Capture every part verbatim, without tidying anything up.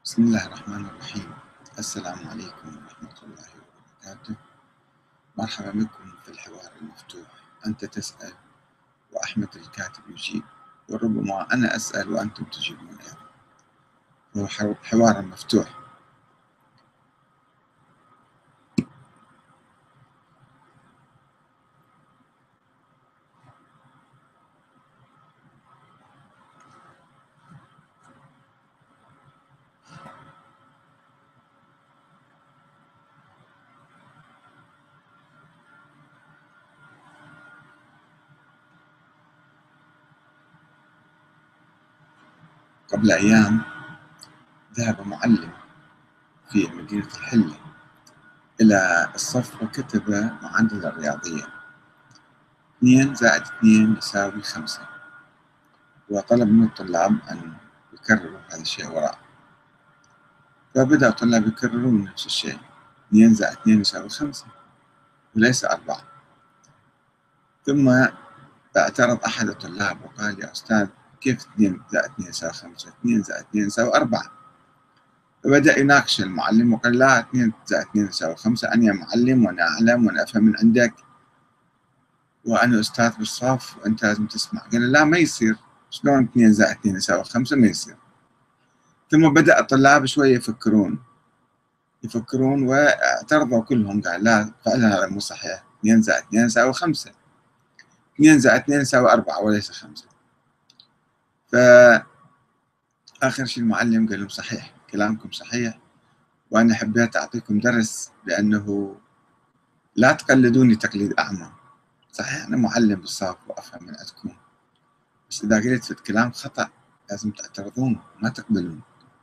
بسم الله الرحمن الرحيم. السلام عليكم ورحمة الله وبركاته. مرحبا بكم في الحوار المفتوح. أنت تسأل وأحمد الكاتب يجيب، وربما أنا أسأل وأنتم تجيبون أيضا. هو حوار مفتوح. قبل أيام ذهب معلم في مدينة الحلة إلى الصف وكتب معادلة رياضية: اثنين زائد اثنين يساوي خمسة، وطلب من الطلاب أن يكرروا هذا الشيء وراءه. فبدأ الطلاب يكررون نفس الشيء: اثنين زائد اثنين يساوي خمسة وليس أربعة. ثم اعترض أحد الطلاب وقال: يا أستاذ، كيف اثنين زائد اثنين يساوي خمسة؟ اثنين زائد اثنين يساوي أربعة. فبدأ يناقش المعلم وقال: لا، اثنين زائد اثنين يساوي خمسة، أنا معلم وأنا أعلم وأنا أفهم من عندك وأنا أستاذ بالصف وأنت لازم تسمع. قال: لا، ما يصير، شلون اثنين زائد اثنين يساوي خمسة؟ ما يصير. ثم بدأ الطلاب شوية يفكرون يفكرون واعترضوا كلهم، قال: لا، فعلا هذا مو صحيح، اثنين زائد اثنين يساوي خمسة، اثنين زائد اثنين يساوي أربعة وليس خمسة. فآخر شيء المعلم قال لهم: صحيح، كلامكم صحيح، وأنا حبيت أعطيكم درس بأنه لا تقلدوني تقليد أعمى. صحيح أنا معلم بالصف وأفهم من عندكم، بس إذا قلت في الكلام خطأ لازم تعترضون ما تقبلون،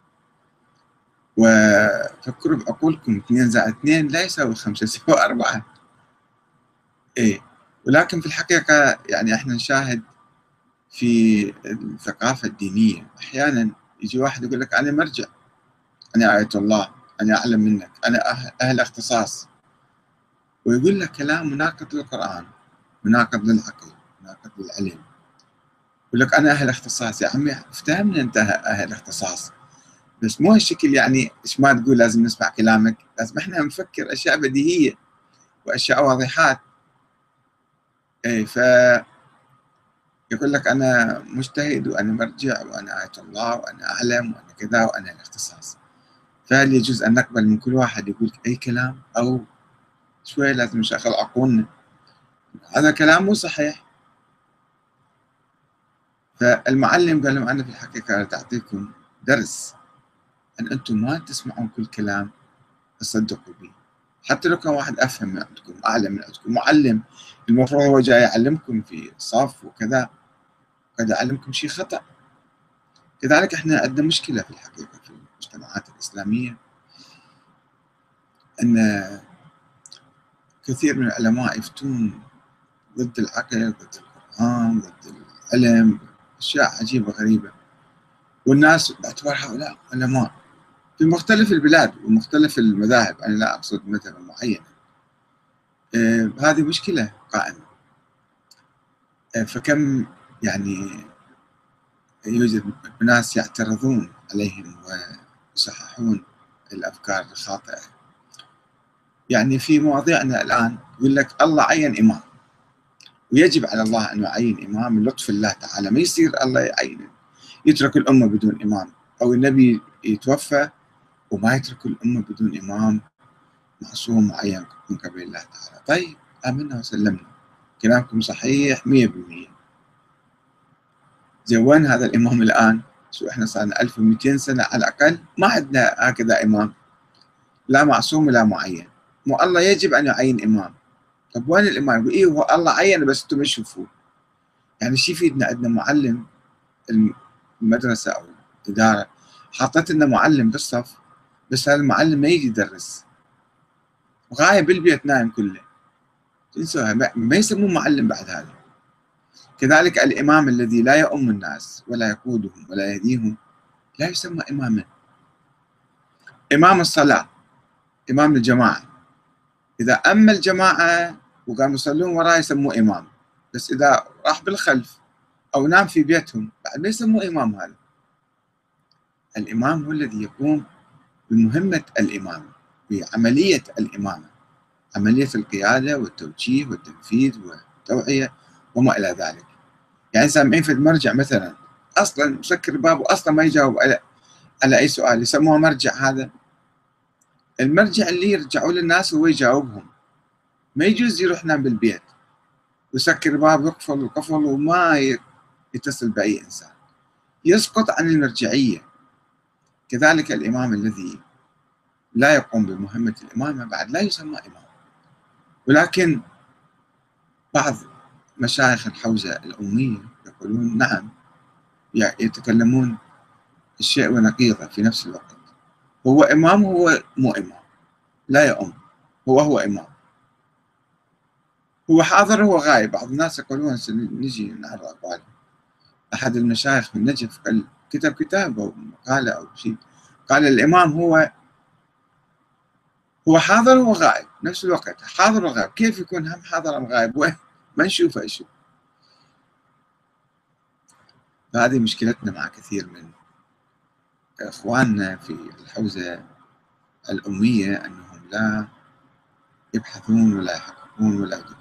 وفكروا بعقولكم. اثنين زائد اثنين لا يساوي خمسة، يساوي أربعة. إيه، ولكن في الحقيقة يعني إحنا نشاهد في الثقافة الدينية أحيانا يجي واحد يقول لك: أنا مرجع، أنا آية الله، أنا أعلم منك، أنا أهل, أهل اختصاص، ويقول لك كلام مناقض للقرآن، مناقض للعقل، مناقض للعلم. يقول لك: أنا أهل اختصاص. يا عمي، افتهمنا أنت أهل اختصاص، بس مو هالشكل. يعني إيش ما تقول لازم نسمع كلامك، لازم إحنا نفكر أشياء بديهية وأشياء واضحات. إيه، ف يقول لك: أنا مجتهد وأنا مرجع وأنا آية الله وأنا أعلم وأنا كذا وأنا الاختصاص. فهل يجوز أن نقبل من كل واحد يقول أي كلام، أو شوي لازم نشغل عقولنا؟ هذا كلام مو صحيح. فالمعلم قال لهم: أنا في الحقيقة تعطيكم درس أن أنتم ما تسمعون كل كلام تصدقوا به، حتى لو كان واحد أفهم من عندكم، أعلم من عندكم، معلم المفروض هو جاي يعلمكم في صف وكذا، قد يعلمكم شيء خطأ. كذلك احنا عندنا مشكلة في الحقيقة في المجتمعات الإسلامية، أن كثير من العلماء يفتون ضد العقل، ضد القرآن، ضد العلم، أشياء عجيبة غريبة، والناس باعتبار هؤلاء علماء في مختلف البلاد ومختلف المذاهب. أنا لا أقصد مذهب معين. آه هذه مشكلة قائمة. آه فكم يعني يوجد ناس يعترضون عليهم ويصححون الأفكار الخاطئة. يعني في مواضيعنا الآن يقول لك الله عين إمام، ويجب على الله أن يعين إمام من لطف الله تعالى. ما يصير الله يعين يترك الأمة بدون إمام، أو النبي يتوفى وما يترك الأمة بدون إمام معصوم معين من قبل الله تعالى. طيب، آمنا وسلمنا، كلامكم صحيح مية بالمية. زين، وين هذا الإمام الآن؟ شو إحنا صارنا ألف ومئتين سنة على الأقل ما عندنا هكذا إمام، لا معصوم ولا معين. مو الله يجب أن يعين إمام؟ طب وين الإمام؟ يقول: إيه، هو الله عين بس أنتم ما تشوفوه. يعني شو يفيدنا عندنا معلم المدرسة أو الإدارة حاطت لنا معلم بالصف، بس هذا المعلم ما يجي يدرس وغايب بالبيت نايم كله، ما يسموه معلم بعد هذا. كذلك الإمام الذي لا يؤم الناس ولا يقودهم ولا يهديهم لا يسمى إماما. إمام الصلاة، إمام الجماعة، إذا أما الجماعة وقاموا يصلون وراه يسموه إمام، بس إذا راح بالخلف أو نام في بيتهم بعد ما يسموه إمام. هذا الإمام هو الذي يقوم بمهمة الإمامة، بعملية الإمامة، عملية القيادة والتوجيه والتنفيذ والتوعية وما إلى ذلك. يعني سامعين في المرجع مثلا أصلا مسكر الباب وأصلا ما يجاوب على على أي سؤال، يسموه مرجع. هذا المرجع اللي يرجعوا للناس هو يجاوبهم، ما يجوز يروح ينام بالبيت ويسكر الباب ويقفل القفل وما يتصل بأي إنسان، يسقط عن المرجعية. كذلك الإمام الذي لا يقوم بمهمة الإمامة بعد لا يسمى إمام. ولكن بعض مشايخ الحوزة الأمية يقولون نعم، يتكلمون الشيء ونقيضه في نفس الوقت. هو إمام هو مو إمام، لا يؤم، هو هو إمام، هو حاضر هو غايب. بعض الناس يقولون نجي نعرض أقوالهم. أحد المشايخ في النجف قال كتب كتاب أو مقالة أو شيء، قال الإمام هو هو حاضر هو غائب نفس الوقت، حاضر وغائب. كيف يكون هم حاضر أم غائب؟ وين ما نشوفه يشوف. فهذه مشكلتنا مع كثير من إخواننا في الحوزة الأمية، أنهم لا يبحثون ولا يحققون ولا يدركون.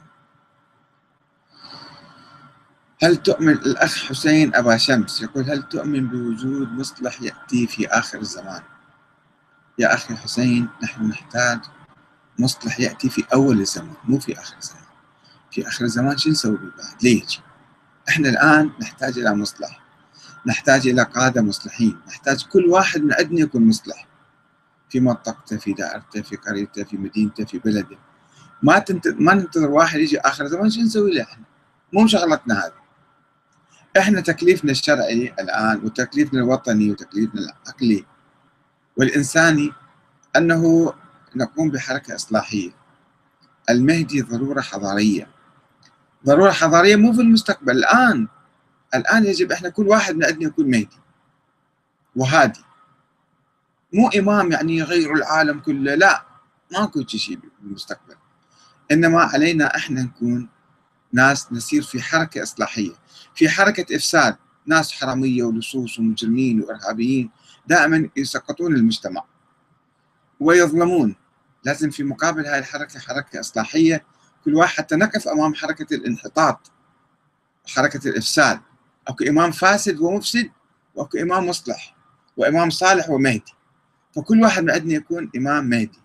هل تؤمن الأخ حسين أبا شمس يقول هل تؤمن بوجود مصلح يأتي في آخر الزمان؟ يا أخي حسين، نحن نحتاج مصلح يأتي في أول الزمان مو في آخر الزمان. في آخر الزمان شو نسوي بعد؟ ليش؟ احنا الآن نحتاج إلى مصلح، نحتاج إلى قادة مصلحين، نحتاج كل واحد من عندنا يكون مصلح في منطقته، في دائرته، في قريته، في مدينته، في بلده. ما تنتظر ما ننتظر واحد يجي آخر الزمان شو نسوي له احنا؟ مو شغلتنا هذه. احنا تكليفنا الشرعي الآن وتكليفنا الوطني وتكليفنا العقلي والإنساني أنه نقوم بحركة إصلاحية. المهدي ضرورة حضارية، ضرورة حضارية مو في المستقبل، الآن. الآن يجب إحنا كل واحد من عندنا يكون مهدي وهادي، مو إمام يعني يغير العالم كله، لا، ماكو شيء بالمستقبل. إنما علينا إحنا نكون ناس نسير في حركة إصلاحية، في حركة إفساد. ناس حرامية ولصوص ومجرمين وإرهابيين دائما يسقطون المجتمع ويظلمون. لازم في مقابل هاي الحركة حركة إصلاحية، كل واحد حتى نقف أمام حركة الانحطاط وحركة الإفساد. أكو إمام فاسد ومفسد، وأكو إمام مصلح، وإمام صالح ومهدي. فكل واحد من عندنا يكون إمام مهدي.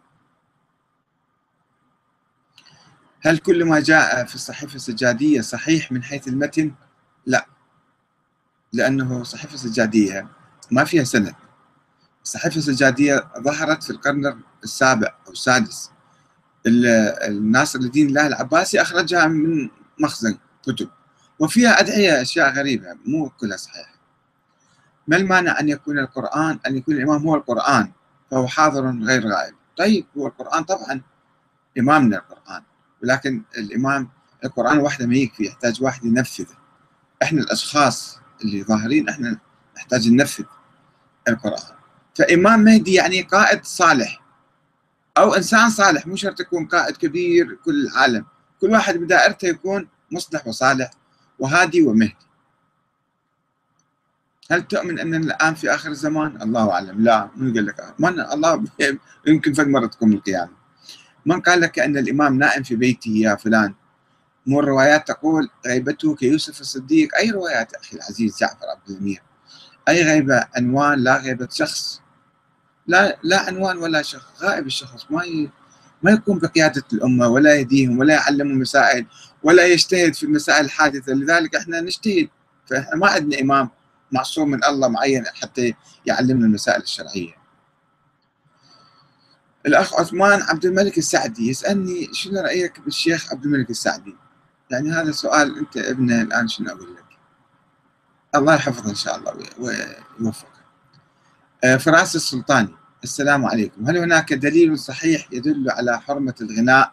هل كل ما جاء في الصحيفة السجادية صحيح من حيث المتن؟ لا، لأنه الصحيفة السجادية ما فيها سند. الصحيفة السجادية ظهرت في القرن السابع أو السادس. الناصر الدين الله العباسي أخرجها من مخزن كتب، وفيها أدعية أشياء غريبة مو كلها صحيحة. ما المانع أن يكون القرآن أن يكون الإمام هو القرآن فهو حاضر غير غائب؟ طيب هو القرآن طبعا إمامنا القرآن، ولكن الإمام القرآن وحده ما يكفي، يحتاج واحد ينفذه. إحنا الأشخاص اللي ظاهرين إحنا نحتاج ننفذ القرآن. فإمام مهدي يعني قائد صالح أو إنسان صالح، مو شرط يكون قائد كبير كل العالم. كل واحد بدائرته يكون مصلح وصالح وهادي ومهدي. هل تؤمن أننا الآن في آخر الزمان؟ الله أعلم. لا، من قال لك؟ من الله يمكن فد مرة تقوم القيامة. من قال لك أن الإمام نائم في بيته يا فلان؟ مو الروايات تقول غيبته كيوسف الصديق؟ أي روايات أخي العزيز جعفر عبد الأمير؟ أي غيبة؟ عنوان، لا غيبة شخص. لا لا عنوان ولا شخص. غائب الشخص ما ي... ما يقوم بقيادة الأمة ولا يديهم ولا يعلمهم مسائل ولا يجتهد في المسائل الحادثة. لذلك احنا نجتهد، فاحنا ما عندنا إمام معصوم من الله معين حتى يعلمنا المسائل الشرعية. الأخ عثمان عبد الملك السعدي يسألني شنو رأيك بالشيخ عبد الملك السعدي؟ يعني هذا سؤال أنت ابنه الآن، شنو أقول لك؟ الله يحفظه إن شاء الله ويوفقه. فراس السلطاني، السلام عليكم. هل هناك دليل صحيح يدل على حرمة الغناء؟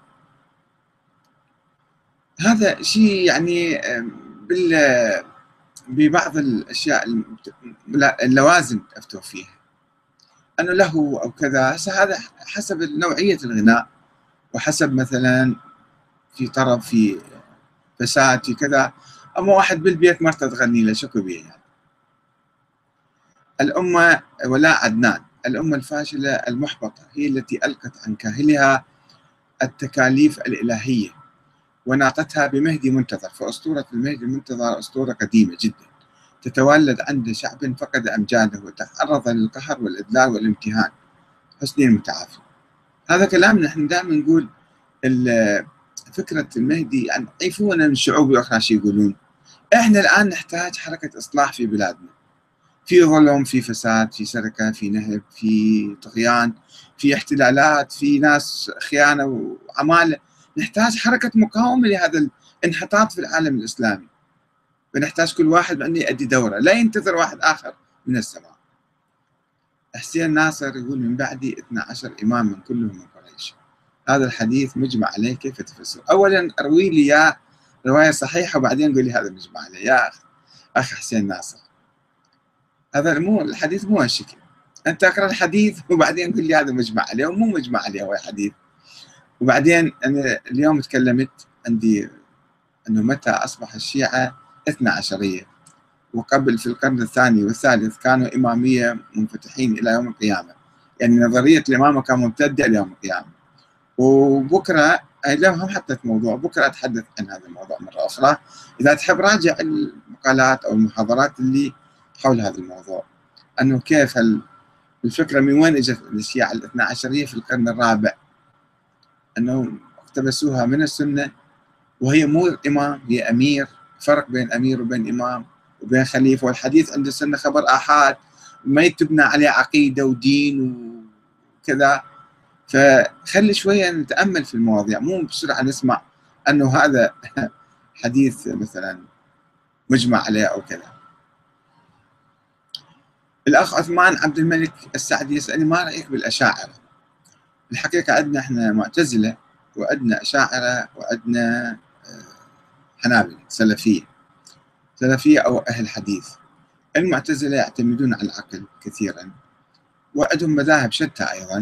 هذا شيء يعني بال ببعض الأشياء اللوازم أفتوا فيها أنه له أو كذا. هذا حسب نوعية الغناء، وحسب مثلا في طرب، في فساد، في كذا. أما واحد بالبيت مرته تغني له شكو بيه يعني. الأمة ولاء عدنان الأمة الفاشلة المحبطة هي التي ألقت عن كاهلها التكاليف الإلهية وناقتها بمهدي منتظر. فأسطورة المهدي المنتظر أسطورة قديمة جدا تتولد عند شعب فقد أمجاده وتعرض للقهر والإذلال والامتهان حسني المتعافي. هذا كلام نحن دائما نقول فكرة المهدي يعني يعيفون من الشعوب الأخرى شو يقولون. إحنا الآن نحتاج حركة إصلاح في بلادنا، في ظلم، في فساد، في سرقة، في نهب، في طغيان، في احتلالات، في ناس خيانة وعمالة. نحتاج حركة مقاومة لهذا الانحطاط في العالم الإسلامي، فنحتاج كل واحد أن يؤدي دوره، لا ينتظر واحد آخر من السماء. حسين ناصر يقول من بعدي اثنا عشر إمام من كلهم من قريش. هذا الحديث مجمع عليه، كيف تفسر؟ أولا أروي لي يا رواية صحيحة وبعدين قول لي هذا مجمع عليه يا أخ أخ حسين ناصر. هذا مو الحديث، مو هالشكل. أنت أقرأ الحديث وبعدين قول لي هذا مجمع عليه، ومو مجمع عليه هو حديث. وبعدين أنا اليوم تكلمت عندي أنه متى أصبح الشيعة اثنا عشرية، وقبل في القرن الثاني والثالث كانوا إمامية منفتحين إلى يوم القيامة، يعني نظرية الإمامة كانت ممتدة إلى يوم القيامة. وبكرة اليوم هم حطيت موضوع، بكرة أتحدث عن هذا الموضوع مرة أخرى. إذا تحب راجع المقالات أو المحاضرات اللي حول هذا الموضوع، أنه كيف الفكرة من وين إجت الشيعة الاثنا عشرية في القرن الرابع، أنه اقتبسوها من السنة، وهي مو إمام، هي أمير. فرق بين أمير وبين إمام وبين خليفة، والحديث عند السنة خبر آحاد ما تبنى عليه عقيدة ودين وكذا. فخلي شوية نتأمل في المواضيع، مو بسرعة نسمع أنه هذا حديث مثلا مجمع عليه أو كذا. الأخ عثمان عبد الملك السعدي يسألني ما رأيك بالأشاعرة؟ الحقيقة عندنا إحنا معتزلة وعندنا أشاعرة وعندنا حنابلة سلفية سلفية أو أهل حديث. المعتزلة يعتمدون على العقل كثيرا وعندهم مذاهب شتى أيضا.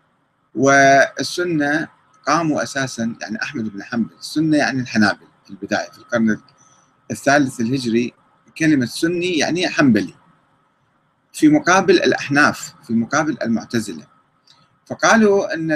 والسنة قاموا أساسا، يعني أحمد بن حنبل السنة يعني الحنابل في البداية في القرن الثالث الهجري. كلمة سني يعني حنبلي، في مقابل الأحناف، في مقابل المعتزلة. فقالوا أن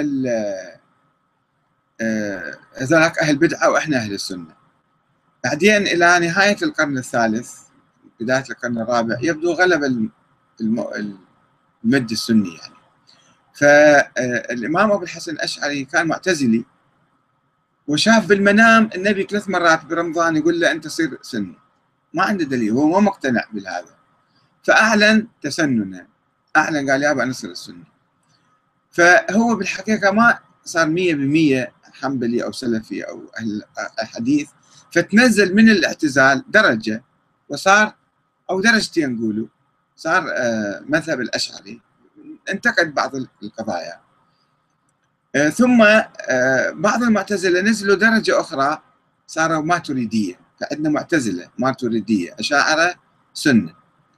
هذولاك أهل بدعة وإحنا أهل السنة. بعدين إلى نهاية القرن الثالث بداية القرن الرابع يبدو غلب المد السني يعني. فالإمام أبو الحسن الأشعري كان معتزلي، وشاف بالمنام النبي ثلاث مرات برمضان يقول له أنت صير سني، ما عنده دليل، هو ما مقتنع بهذا، فأعلن تسننه، أعلن قال يابا أنا أصير السني. فهو بالحقيقة ما صار مية بالمية حنبلي أو سلفي أو أهل حديث، فتنزل من الاعتزال درجة وصار، أو درجتين نقولوا، صار مذهب الأشعري، انتقد بعض القضايا. ثم بعض المعتزلة نزلوا درجة أخرى صاروا ماتريدية. فعندنا معتزلة ماتريدية أشاعرة سنة.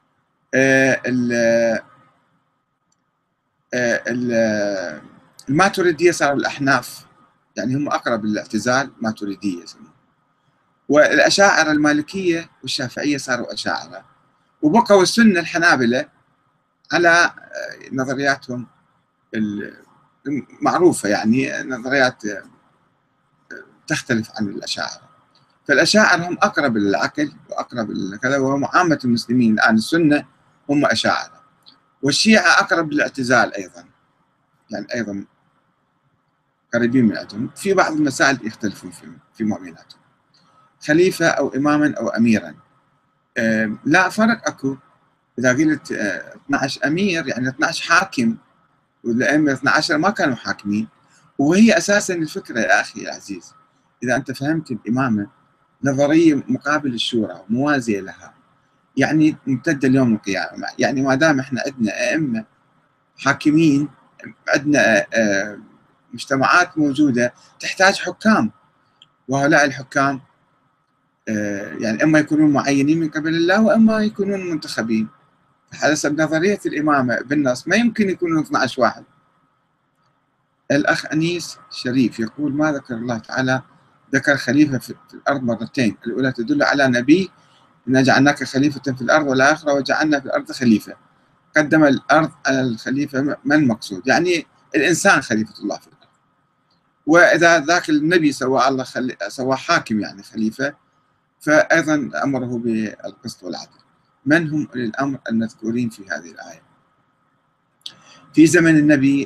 الماتريدية صاروا الأحناف، يعني هم أقرب للاعتزال ماتريدية سنة. والأشاعرة المالكية والشافعية صاروا أشاعرة، وبقوا السنة الحنابلة على نظرياتهم المعروفة، يعني نظريات تختلف عن الأشاعرة. فالأشاعرة هم أقرب للعقل وأقرب لكذا، وهم عامة المسلمين الآن السنة هم أشاعرة. والشيعة أقرب للاعتزال أيضا، يعني أيضا قريبين من عندهم. في بعض المسائل يختلفون في في مؤمناتهم، خليفة أو إماما أو أميرا. أه لا فرق أكو. إذا قلت أه اثنا عشر أمير يعني اثنا عشر حاكم، والأئمة اثنا عشر ما كانوا حاكمين. وهي أساسا الفكرة يا أخي العزيز، إذا أنت فهمت الإمامة نظرية مقابل الشورى موازية لها، يعني ممتدة ليوم القيامة. يعني ما دام إحنا عندنا أئمة حاكمين، عندنا أه مجتمعات موجودة تحتاج حكام، وهؤلاء الحكام يعني إما يكونون معينين من قبل الله وإما يكونون منتخبين. حسب نظرية الإمامة بالنص ما يمكن يكونون اثنا عشر واحد. الأخ أنيس شريف يقول ما ذكر الله تعالى ذكر خليفة في الأرض مرتين، الأولى تدل على نبي إن جعلناك خليفة في الأرض، والآخرة وجعلنا في الأرض خليفة. قدم الأرض على الخليفة، ما المقصود؟ يعني الإنسان خليفة الله في الأرض، وإذا ذاك النبي سوى الله خلي... سوى حاكم يعني خليفة، فأيضا أمره بالقسط والعدل. من هم أولي الأمر المذكورين في هذه الآية؟ في زمن النبي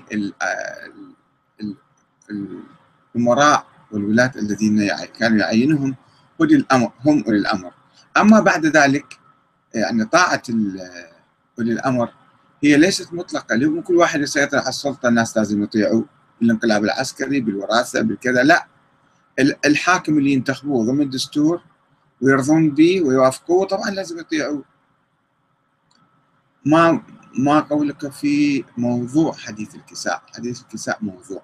الأمراء والولاة الذين كانوا يعينهم أولي الأمر، هم أولي الأمر. أما بعد ذلك يعني طاعة أولي الأمر هي ليست مطلقة، لو كل واحد يسيطر على السلطة الناس لازم يطيعوا، بالانقلاب العسكري، بالوراثة، بالكذا، لا. الحاكم اللي ينتخبوه ضمن الدستور ويرضون به ويوافقوه طبعا لازم يطيعوه. ما ما قولك في موضوع حديث الكساء؟ حديث الكساء موضوع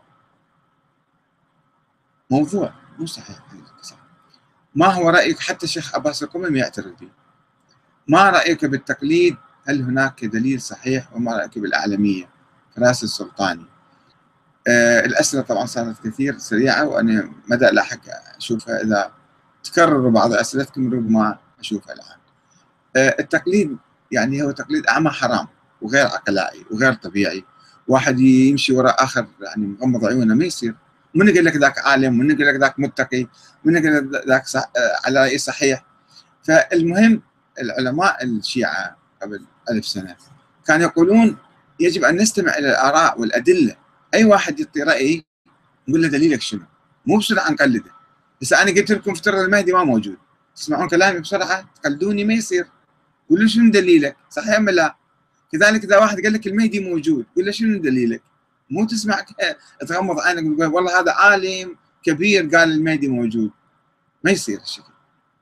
موضوع مو صحيح. حديث الكساء ما هو رأيك؟ حتى الشيخ عباس القمم يعترف به. ما رأيك بالتقليد؟ هل هناك دليل صحيح؟ وما رأيك بالأعلمية، فراس السلطاني؟ آه الأسئلة طبعا صارت كثير سريعة، وأنا مدى لاحق أشوفها، إذا تكرروا بعض أسئلتكم ربما أشوفها الآن. آه التقليد يعني هو تقليد أعمى حرام وغير عقلائي وغير طبيعي. واحد يمشي وراء آخر يعني مغمض عيونه، ما يصير. من قال لك ذاك عالم؟ من قال لك ذاك متقي؟ من قال لك ذاك صح على رأي صحيح؟ فالمهم العلماء الشيعة قبل ألف سنة كانوا يقولون يجب أن نستمع إلى الآراء والأدلة. أي واحد يعطي رأي نقول له دليلك شنو، مو بسرعة نقلده. بس أنا قلت لكم افترض المهدي ما موجود، تسمعون كلامي بسرعة تقلدوني، ما يصير. قول له شنو دليلك، صحيح أم لا؟ كذلك إذا واحد قال لك المهدي موجود، قول له شنو دليلك؟ مو تسمع تغمض عينك وتقول والله هذا عالم كبير قال المهدي موجود، ما يصير الشكل.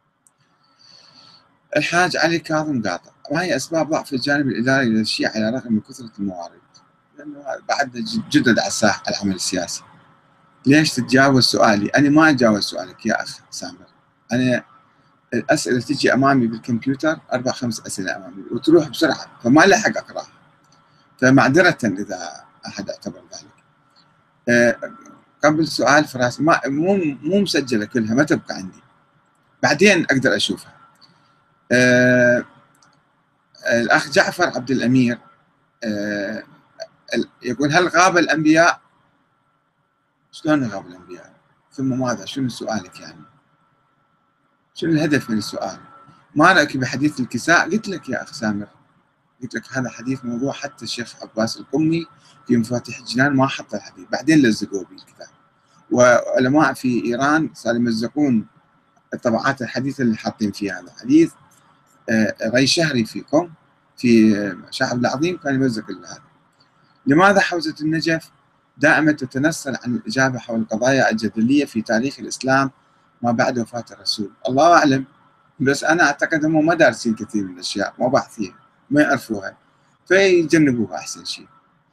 الحاج علي كاظم قاطع: ما هي أسباب ضعف الجانب الإداري للشيعة على الرغم من كثرة الموارد؟ لأنه بعد جدد على الساحة العمل السياسي. ليش تتجاوز سؤالي؟ أنا ما أتجاوز سؤالك يا أخ سامر. أنا الأسئلة تجي أمامي بالكمبيوتر أربع خمس أسئلة أمامي وتروح بسرعة، فما لحق أقرأها، فمعذرة إذا أحد اعتبر ذلك. أه قبل سؤال فراس ما مو مو مسجلة كلها، ما تبقى عندي، بعدين أقدر أشوفها. أه الأخ جعفر عبد الأمير أه يقول: هل غاب الأنبياء؟ شلون غاب الأنبياء؟ ثم ماذا؟ شنو سؤالك يعني؟ شنو الهدف من السؤال؟ ما رأيك بحديث الكساء؟ قلت لك يا أخ سامر، قلت لك هذا حديث موضوع، حتى الشيخ عباس القمي في مفاتيح الجنان ما حط الحديث، بعدين لزقوه بالكتاب. وعلماء في إيران صاروا يمزقون الطبعات الحديثة اللي حاطين فيها هذا الحديث. ري شهري فيكم في شعب العظيم كان يمزق هذا. لماذا حوزة النجف دائما تتنصل عن الإجابة حول القضايا الجدلية في تاريخ الإسلام ما بعد وفاة الرسول؟ الله أعلم، بس أنا أعتقد هم ما دارسين كثير من الأشياء، ما باحثين، ما يعرفوها، فيجنبوها أحسن شيء.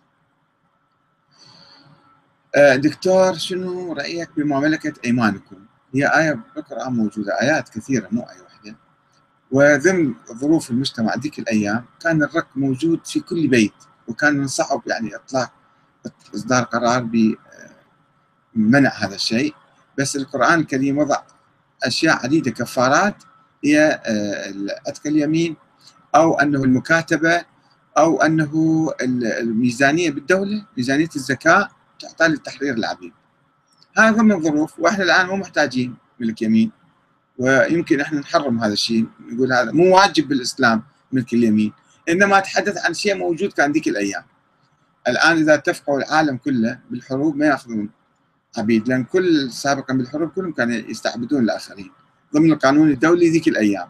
دكتور، شنو رأيك بما ملكت أيمانكم؟ هي آية بالقرآن موجودة، آيات كثيرة مو آية واحدة. وضمن ظروف المجتمع ذيك الأيام كان الرق موجود في كل بيت، وكان من صعب يعني إطلاق إصدار قرار بمنع هذا الشيء. بس القرآن الكريم وضع أشياء عديدة كفارات، هي عتق اليمين، أو أنه المكاتبة، أو أنه الميزانية بالدولة، ميزانية الزكاة تعطى لتحرير العبيد. هذا من الظروف، وإحنا الآن مو محتاجين ملك يمين، ويمكن إحنا نحرم هذا الشيء، نقول هذا مو واجب بالإسلام ملك اليمين، إنما أتحدث عن شيء موجود كان ذيك الأيام. الآن إذا اتفقوا العالم كله بالحروب ما يأخذون عبيد، لأن كل سابقا بالحروب كلهم كانوا يستعبدون الآخرين ضمن القانون الدولي ذيك الأيام.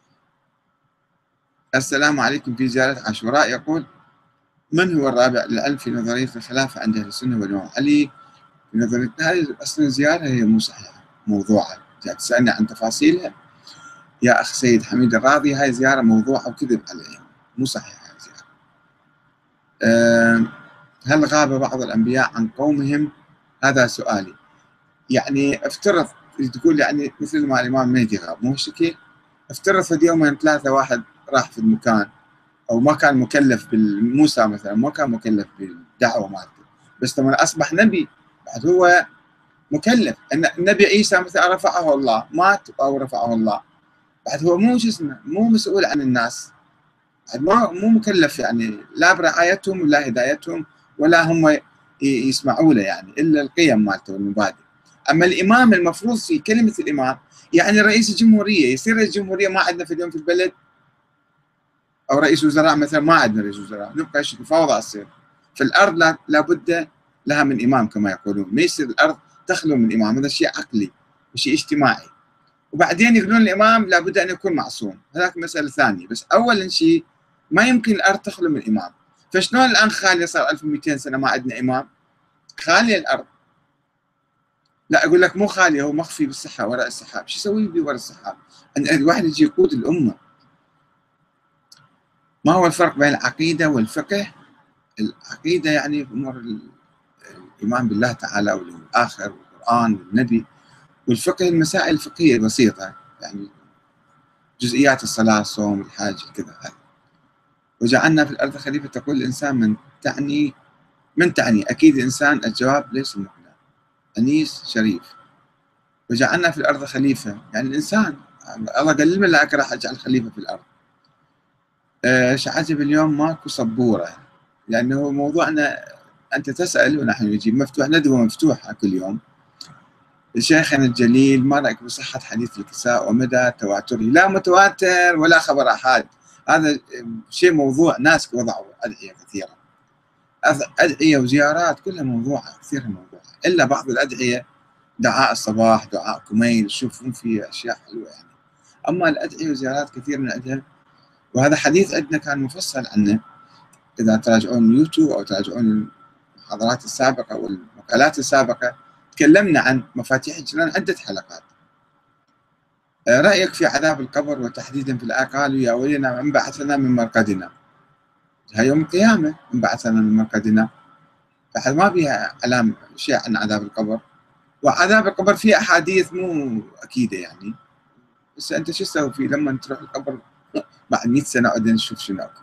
السلام عليكم. في زيارة عاشوراء يقول: من هو الرابع للعلم في نظرية الخلافة عند أهل السنة والجماعة؟ علي في نظرية هذه أصلا الزيارة هي مو صحيحة، موضوعة، تسألني عن تفاصيلها يا أخ سيد حميد الراضي، هاي زيارة موضوعة وكذب عليها، مو صحيحة الزيارة. أه هل غاب بعض الأنبياء عن قومهم؟ هذا سؤالي. يعني افترض تقول يعني مثل ما الإمام المهدي غاب، مو شكل، افترض في يومين ثلاثة واحد راح في المكان أو ما كان مكلف بالموسى مثلا، ما كان مكلف بالدعوة مالته، بس لما أصبح نبي بعد هو مكلف. النبي عيسى مثلا رفعه الله، مات أو رفعه الله، بعد هو مو شو اسمه، مو مسؤول عن الناس، ما مو مكلف يعني لا برعايتهم ولا هدايتهم ولا هم يسمعوا له يعني الا القيم مالته والمبادئ. اما الامام المفروض في كلمه الامام يعني رئيس الجمهوريه، يصير رئيس الجمهوريه ما عندنا في اليوم في البلد، او رئيس وزراء مثلا ما عندنا رئيس وزراء، نبقى شكل فوضى تصير. في الارض لا لابد لها من امام كما يقولون، ما يصير الارض تخلو من امام، هذا شيء عقلي وشيء اجتماعي. وبعدين يقولون الامام لابد ان يكون معصوم، هذاك مساله ثانيه، بس اولا شيء ما يمكن الارض تخلو من امام. فشلون الان خاليه صار ألف ومئتين سنه ما عندنا امام؟ خاليه الارض. لا اقول لك مو خاليه، هو مخفي بالسحاب وراء السحاب، شو يسوي بي وراء السحاب؟ ان الواحد يجي يقود الامه. ما هو الفرق بين العقيده والفقه؟ العقيده يعني امور الايمان بالله تعالى واليوم الاخر والقران والنبي، والفقه المسائل الفقهيه البسيطه يعني جزئيات الصلاه، الصوم، الحج، كذا. وجعلنا في الارض خليفه، تقول الانسان من تعني من تعني اكيد الانسان، الجواب ليس مقنع. انيس شريف. وجعلنا في الارض خليفه يعني الانسان، الله قال الملائكه راح اجعل خليفه في الارض. ايش عجب اليوم ماكو سبوره، لانه موضوعنا انت تسال ونحن نجيب، مفتوح، ندوه مفتوحه كل يوم. شيخنا الجليل ما رايك بصحه حديث الكساء ومدى تواتره؟ لا متواتر ولا خبر احاد، هذا شيء موضوع ناس وضعوا ادعيه كثيره، ادعيه وزيارات كلها موضوعه، كثير موضوعه، الا بعض الادعيه دعاء الصباح، دعاء كميل، تشوفون فيه اشياء حلوه يعني. اما الادعيه والزيارات كثير من عندها، وهذا حديث عندنا كان مفصل عنه، اذا تراجعون يوتيوب او تراجعون المحاضرات السابقه والمقالات السابقه تكلمنا عن مفاتيح الجنان عده حلقات. رايك في عذاب القبر وتحديدا في الايه قالوا يا ويلنا من بعثنا من مرقدنا، هاي يوم القيامه من بعثنا من مرقدنا، فحد ما بيها علام شيء عن عذاب القبر. وعذاب القبر فيه احاديث مو اكيده يعني، بس انت شو تسوي فيه لما تروح القبر بعد مئة سنه بعدين نشوف شنو اكو.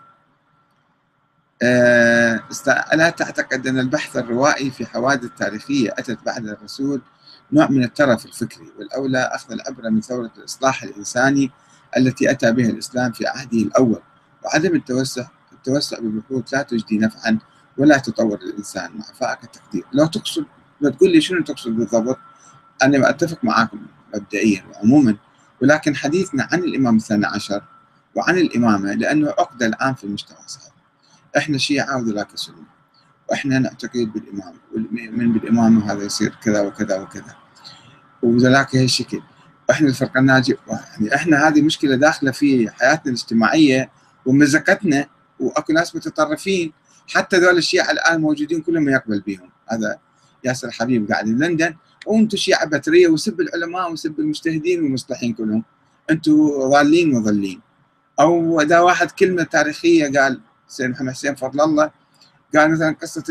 أه ألا تعتقد أن البحث الروائي في حوادث تاريخية أتت بعد الرسول نوع من الترف الفكري، والأولى أخذ العبرة من ثورة الإصلاح الإنساني التي أتى بها الإسلام في عهده الأول، وعدم التوسع التوسع ببحوث لا تجدي نفعا ولا تطور الإنسان مع فائق التقدير؟ لو تقصد، لو تقول لي شنو تقصد بالضبط، أنا أتفق معكم مبدئيا وعموما، ولكن حديثنا عن الإمام الثاني عشر وعن الإمامة لأنه عقدة الآن في المجتمع صحيح. احنا شيعة وذاك سنة، واحنا نعتقد بالامام، من بالامامه هذا يصير كذا وكذا وكذا، وذاك هالشكل، احنا الفرقه الناجيه يعني. احنا هذه مشكله داخله في حياتنا الاجتماعيه ومزقتنا، واكو ناس متطرفين، حتى ذول الشيعة الان موجودين كلهم يقبل بهم. هذا ياسر حبيب قاعد بلندن، وانتم شيعة بتريه وسب العلماء وسب المجتهدين والمصلحين كلهم، انتم ضالين مضلين. او اذا واحد كلمه تاريخيه قال سيد محمد حسين فضل الله، قال مثلا قصة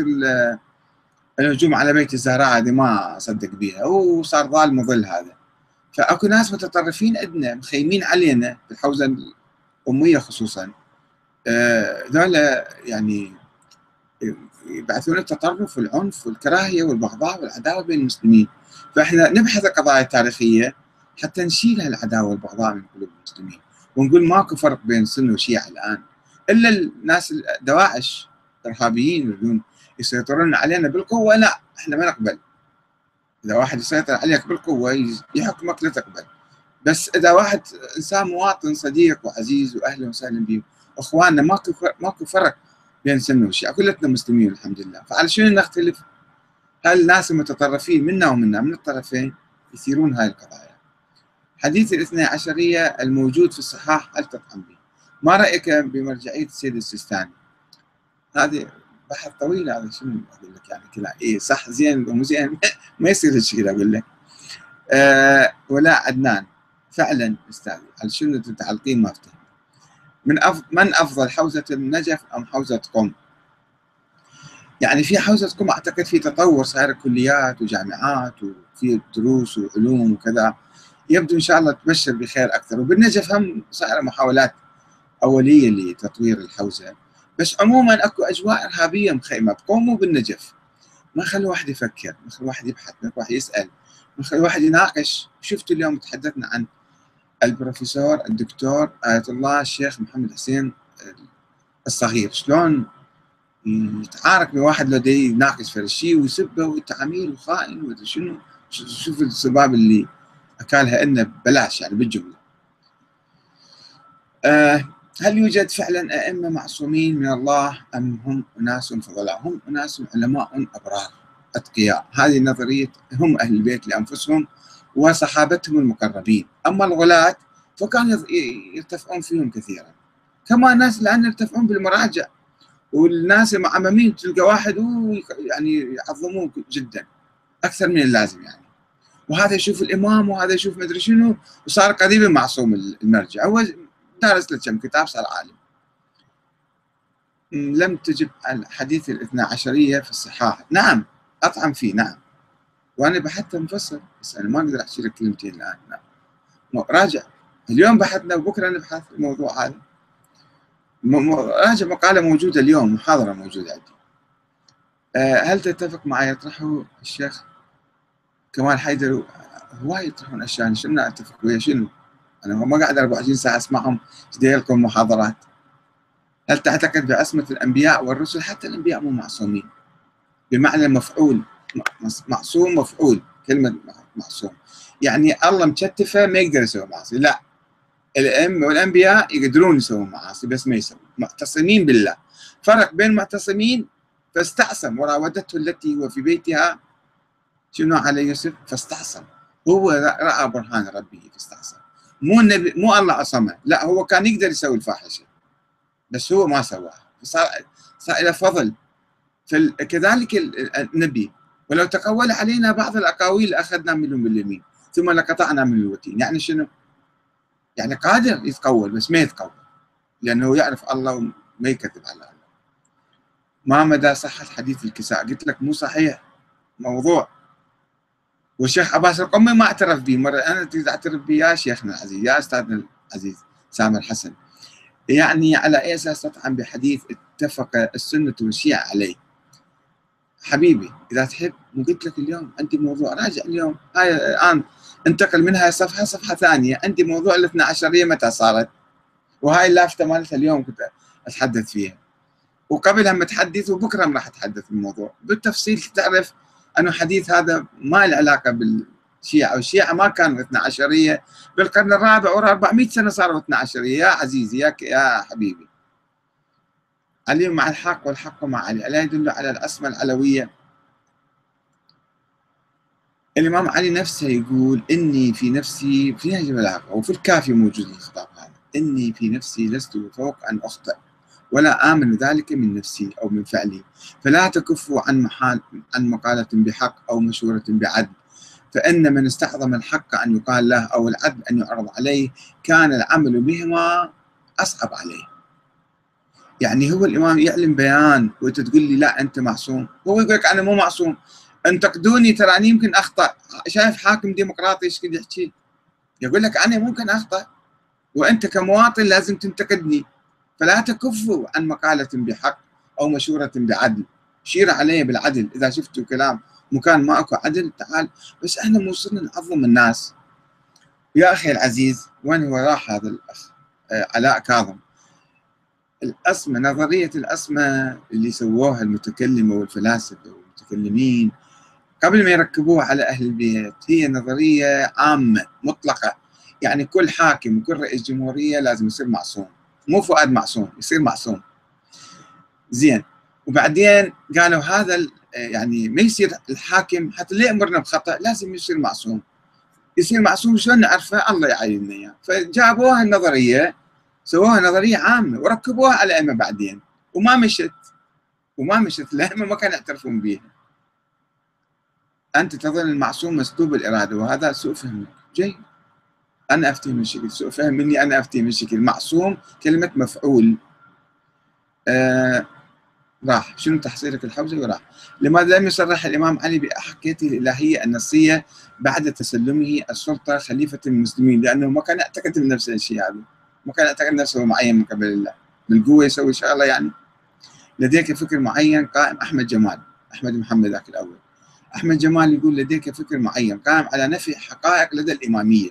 الهجوم على بيت الزهراء هذه ما صدق بيها وصار ضال مضل هذا. فأكو ناس متطرفين عندنا مخيمين علينا في الحوزة الأمية خصوصا، ذولا يعني يبعثون التطرف والعنف والكراهية والبغضاء والعداوة بين المسلمين. فإحنا نبحث القضايا التاريخية حتى نشيل هالعداوة والبغضاء من قلوب المسلمين، ونقول ماكو فرق بين سنة وشيعة الآن، إلا الناس دواعش إرهابيين يريدون يسيطرون علينا بالقوة، لا احنا ما نقبل. إذا واحد يسيطر عليك بالقوة يحكمك لا تقبل، بس إذا واحد إنسان مواطن صديق وعزيز وأهلا وسهلا به إخواننا، ماكو ماكو فرق بين سنة وشيعة، كلنا مسلمين الحمد لله. فعلى شنو نختلف؟ هالناس المتطرفين منا ومنا من الطرفين يثيرون هاي القضايا. حديث الاثنى عشرية الموجود في الصحاح هل تطعن به؟ ما رأيك بمرجعية السيد السيستاني؟ هذه بحث طويل، هذا شنو اقول لك يعني كذا، اي صح زين ومو زين ما يصير هالشيء اقول لك. أه ولا عدنان فعلا استاذي، على شنو تتعلقين ما افتهم. من أفضل من افضل حوزه النجف ام حوزه قم؟ يعني في حوزه قم اعتقد في تطور، صاير كليات وجامعات وفي دروس وعلوم وكذا، يبدو ان شاء الله تبشر بخير اكثر. وبالنجف هم صايره محاولات اوليه لتطوير الحوزه، بس عموما اكو اجواء ارهابيه مخيمه بقوم وبالنجف. ما خلي واحد يفكر، ما خلي واحد يبحث، ما خلي واحد يسال، ما خلي واحد يناقش. شفت اليوم تحدثنا عن البروفيسور الدكتور آية الله الشيخ محمد حسين الصغير شلون يتعارك بواحد لو دي يناقش في الشيء ويسبه وتعميل وخائن ومدري شنو. شوف السباب اللي اكلها انه ببلاش يعني بالجمله. أه هل يوجد فعلا ائمه معصومين من الله ام هم اناس فضلاء؟ هم اناس علماء ابرار اتقياء، هذه نظريه هم اهل البيت لانفسهم وصحابتهم المقربين. اما الغلاة فكانوا يرتفعون فيهم كثيرا، كما الناس الان يرتفعون بالمراجع، والناس المعممين تلقى واحد يعني يعظموه جدا اكثر من اللازم يعني، وهذا يشوف الامام وهذا يشوف مدري شنو، وصار قريبا معصوم المرجع. هو دارس له كم كتاب صار عالم. لم تجب الحديث الاثنا عشريه في الصحاح. نعم اطعم فيه، نعم، وانا بحثت مفصل، بس انا ما اقدر احكي لك كلمتين الان. نعم راجع، اليوم بحثنا وبكره نبحث الموضوع هذا. راجع مقاله موجوده اليوم، محاضره موجوده عندي. هل تتفق معي يطرحه الشيخ كمال حيدر؟ هواي يطرحون اشياء، شنو اتفق ويا شنو؟ انا ما قاعد أربعة وعشرين ساعه اسمعهم اشتري لكم محاضرات. هل تعتقد بعصمه الانبياء والرسل؟ حتى الانبياء مو معصومين بمعنى مفعول، معصوم مفعول. كلمه معصوم يعني الله مكتفه ما يقدر يسوي معاصي، لا، الأئمة والانبياء يقدرون يسوون معاصي بس ما يسوون، معتصمين بالله. فرق بين معتصمين فاستعصم، وراودته التي هو في بيتها شنو على يوسف فاستعصم، هو راى برهان ربه فاستعصم. مو النبي، مو الله عصمه، لا، هو كان يقدر يسوي الفاحشه بس هو ما سواها، فصار صار له فضل. كذلك النبي، ولو تقول علينا بعض الاقاويل لاخذنا منهم باليمين ثم لقطعنا من الوتين. يعني شنو؟ يعني قادر يتقول بس ما يتقول، لانه يعرف الله وما يكذب على الله. ما مدى صحه حديث الكساء؟ قلت لك مو صحيح، موضوع. والشيخ عباس القمي ما اعترف به. مرة أنا تريد أعترف به يا شيخنا العزيز، يا أستاذنا العزيز سامر حسن، يعني على أي أساس تطعن بحديث اتفق السنة والشيعة عليه؟ حبيبي إذا تحب، مو قلت لك اليوم عندي موضوع، راجع اليوم هاي الآن انتقل منها صفحة صفحة ثانية، عندي موضوع الاثنى عشرية متى صارت، وهاي اللافتة مالتها اليوم كنت أتحدث فيها، وقبلها متحدث، وبكرة راح أتحدث بالموضوع بالتفصيل. تعرف أنه حديث هذا ما له علاقة بالشيعة، والشيعة ما كانوا اثنا عشرية بالقرن الرابع ورا أربعمئة سنة صاروا اثنا عشرية يا عزيزي يا يا حبيبي. علي مع الحق والحق مع علي، ألا يدل على العصمة العلوية؟ الإمام علي نفسه يقول إني في نفسي، في نهج البلاغة وفي الكافي موجود الخطاب هذا، إني في نفسي لست بفوق أن أخطئ ولا آمن ذلك من نفسي أو من فعلي، فلا تكفوا عن محال عن مقالة بحق أو مشورة بعدل، فإن من استعظم الحق أن يقال له أو العدل أن يعرض عليه كان العمل بهما أصعب عليه. يعني هو الإمام يعلم بيان وأنت تقول لي لا أنت معصوم، هو يقول لك أنا مو معصوم، انتقدوني ترى أنا يمكن أخطأ. شايف حاكم ديمقراطي ايش قد يحكي؟ يقول لك أنا ممكن أخطأ وأنت كمواطن لازم تنتقدني، فلا تكفوا عن مقالة بحق أو مشورة بعدل، شير عليه بالعدل. إذا شفتوا كلام مكان ما أكو عدل تعال، بس إحنا مو صرنا نعظم الناس. يا أخي العزيز، وين هو راح هذا الأخ آه علاء كاظم؟ الأسمى، نظرية الأسمى اللي سووها المتكلمة والفلاسفة والمتكلمين قبل ما يركبوها على أهل البيت، هي نظرية عامة مطلقة، يعني كل حاكم وكل رئيس جمهورية لازم يصير معصوم، مو فؤاد معصوم، يصير معصوم. زين، وبعدين قالوا هذا يعني ما يصير الحاكم حتى اللي يأمرنا بخطأ لازم يصير معصوم. يصير معصوم شلون نعرفه؟ الله يعيننا اياه. فجابوها النظرية، سووها نظرية عامة وركبوها على الأئمة بعدين، وما مشت وما مشت الأئمة ما كانوا يعترفون بها. أنت تظن المعصوم مسلوب الإرادة، وهذا سوء فهم. جيد، أنا أفتي من شكل سوء فهم مني، أنا أفتي من شكل معصوم كلمة مفعول. آه راح شنو تحصيلك الحوزة وراح. لماذا لم يصرح الإمام علي بأحقيته الإلهية النصية بعد تسلمه السلطة خليفة المسلمين؟ لأنه ما كان يعتقد بنفس الشيء هذا، ما كان يعتقد نفسه معين من قبل الله، بالقوة يسوي شغلة يعني. لديك فكر معين قائم. أحمد جمال، أحمد محمد ذاك الأول، أحمد جمال يقول لديك فكر معين قائم على نفي حقائق لدى الإمامية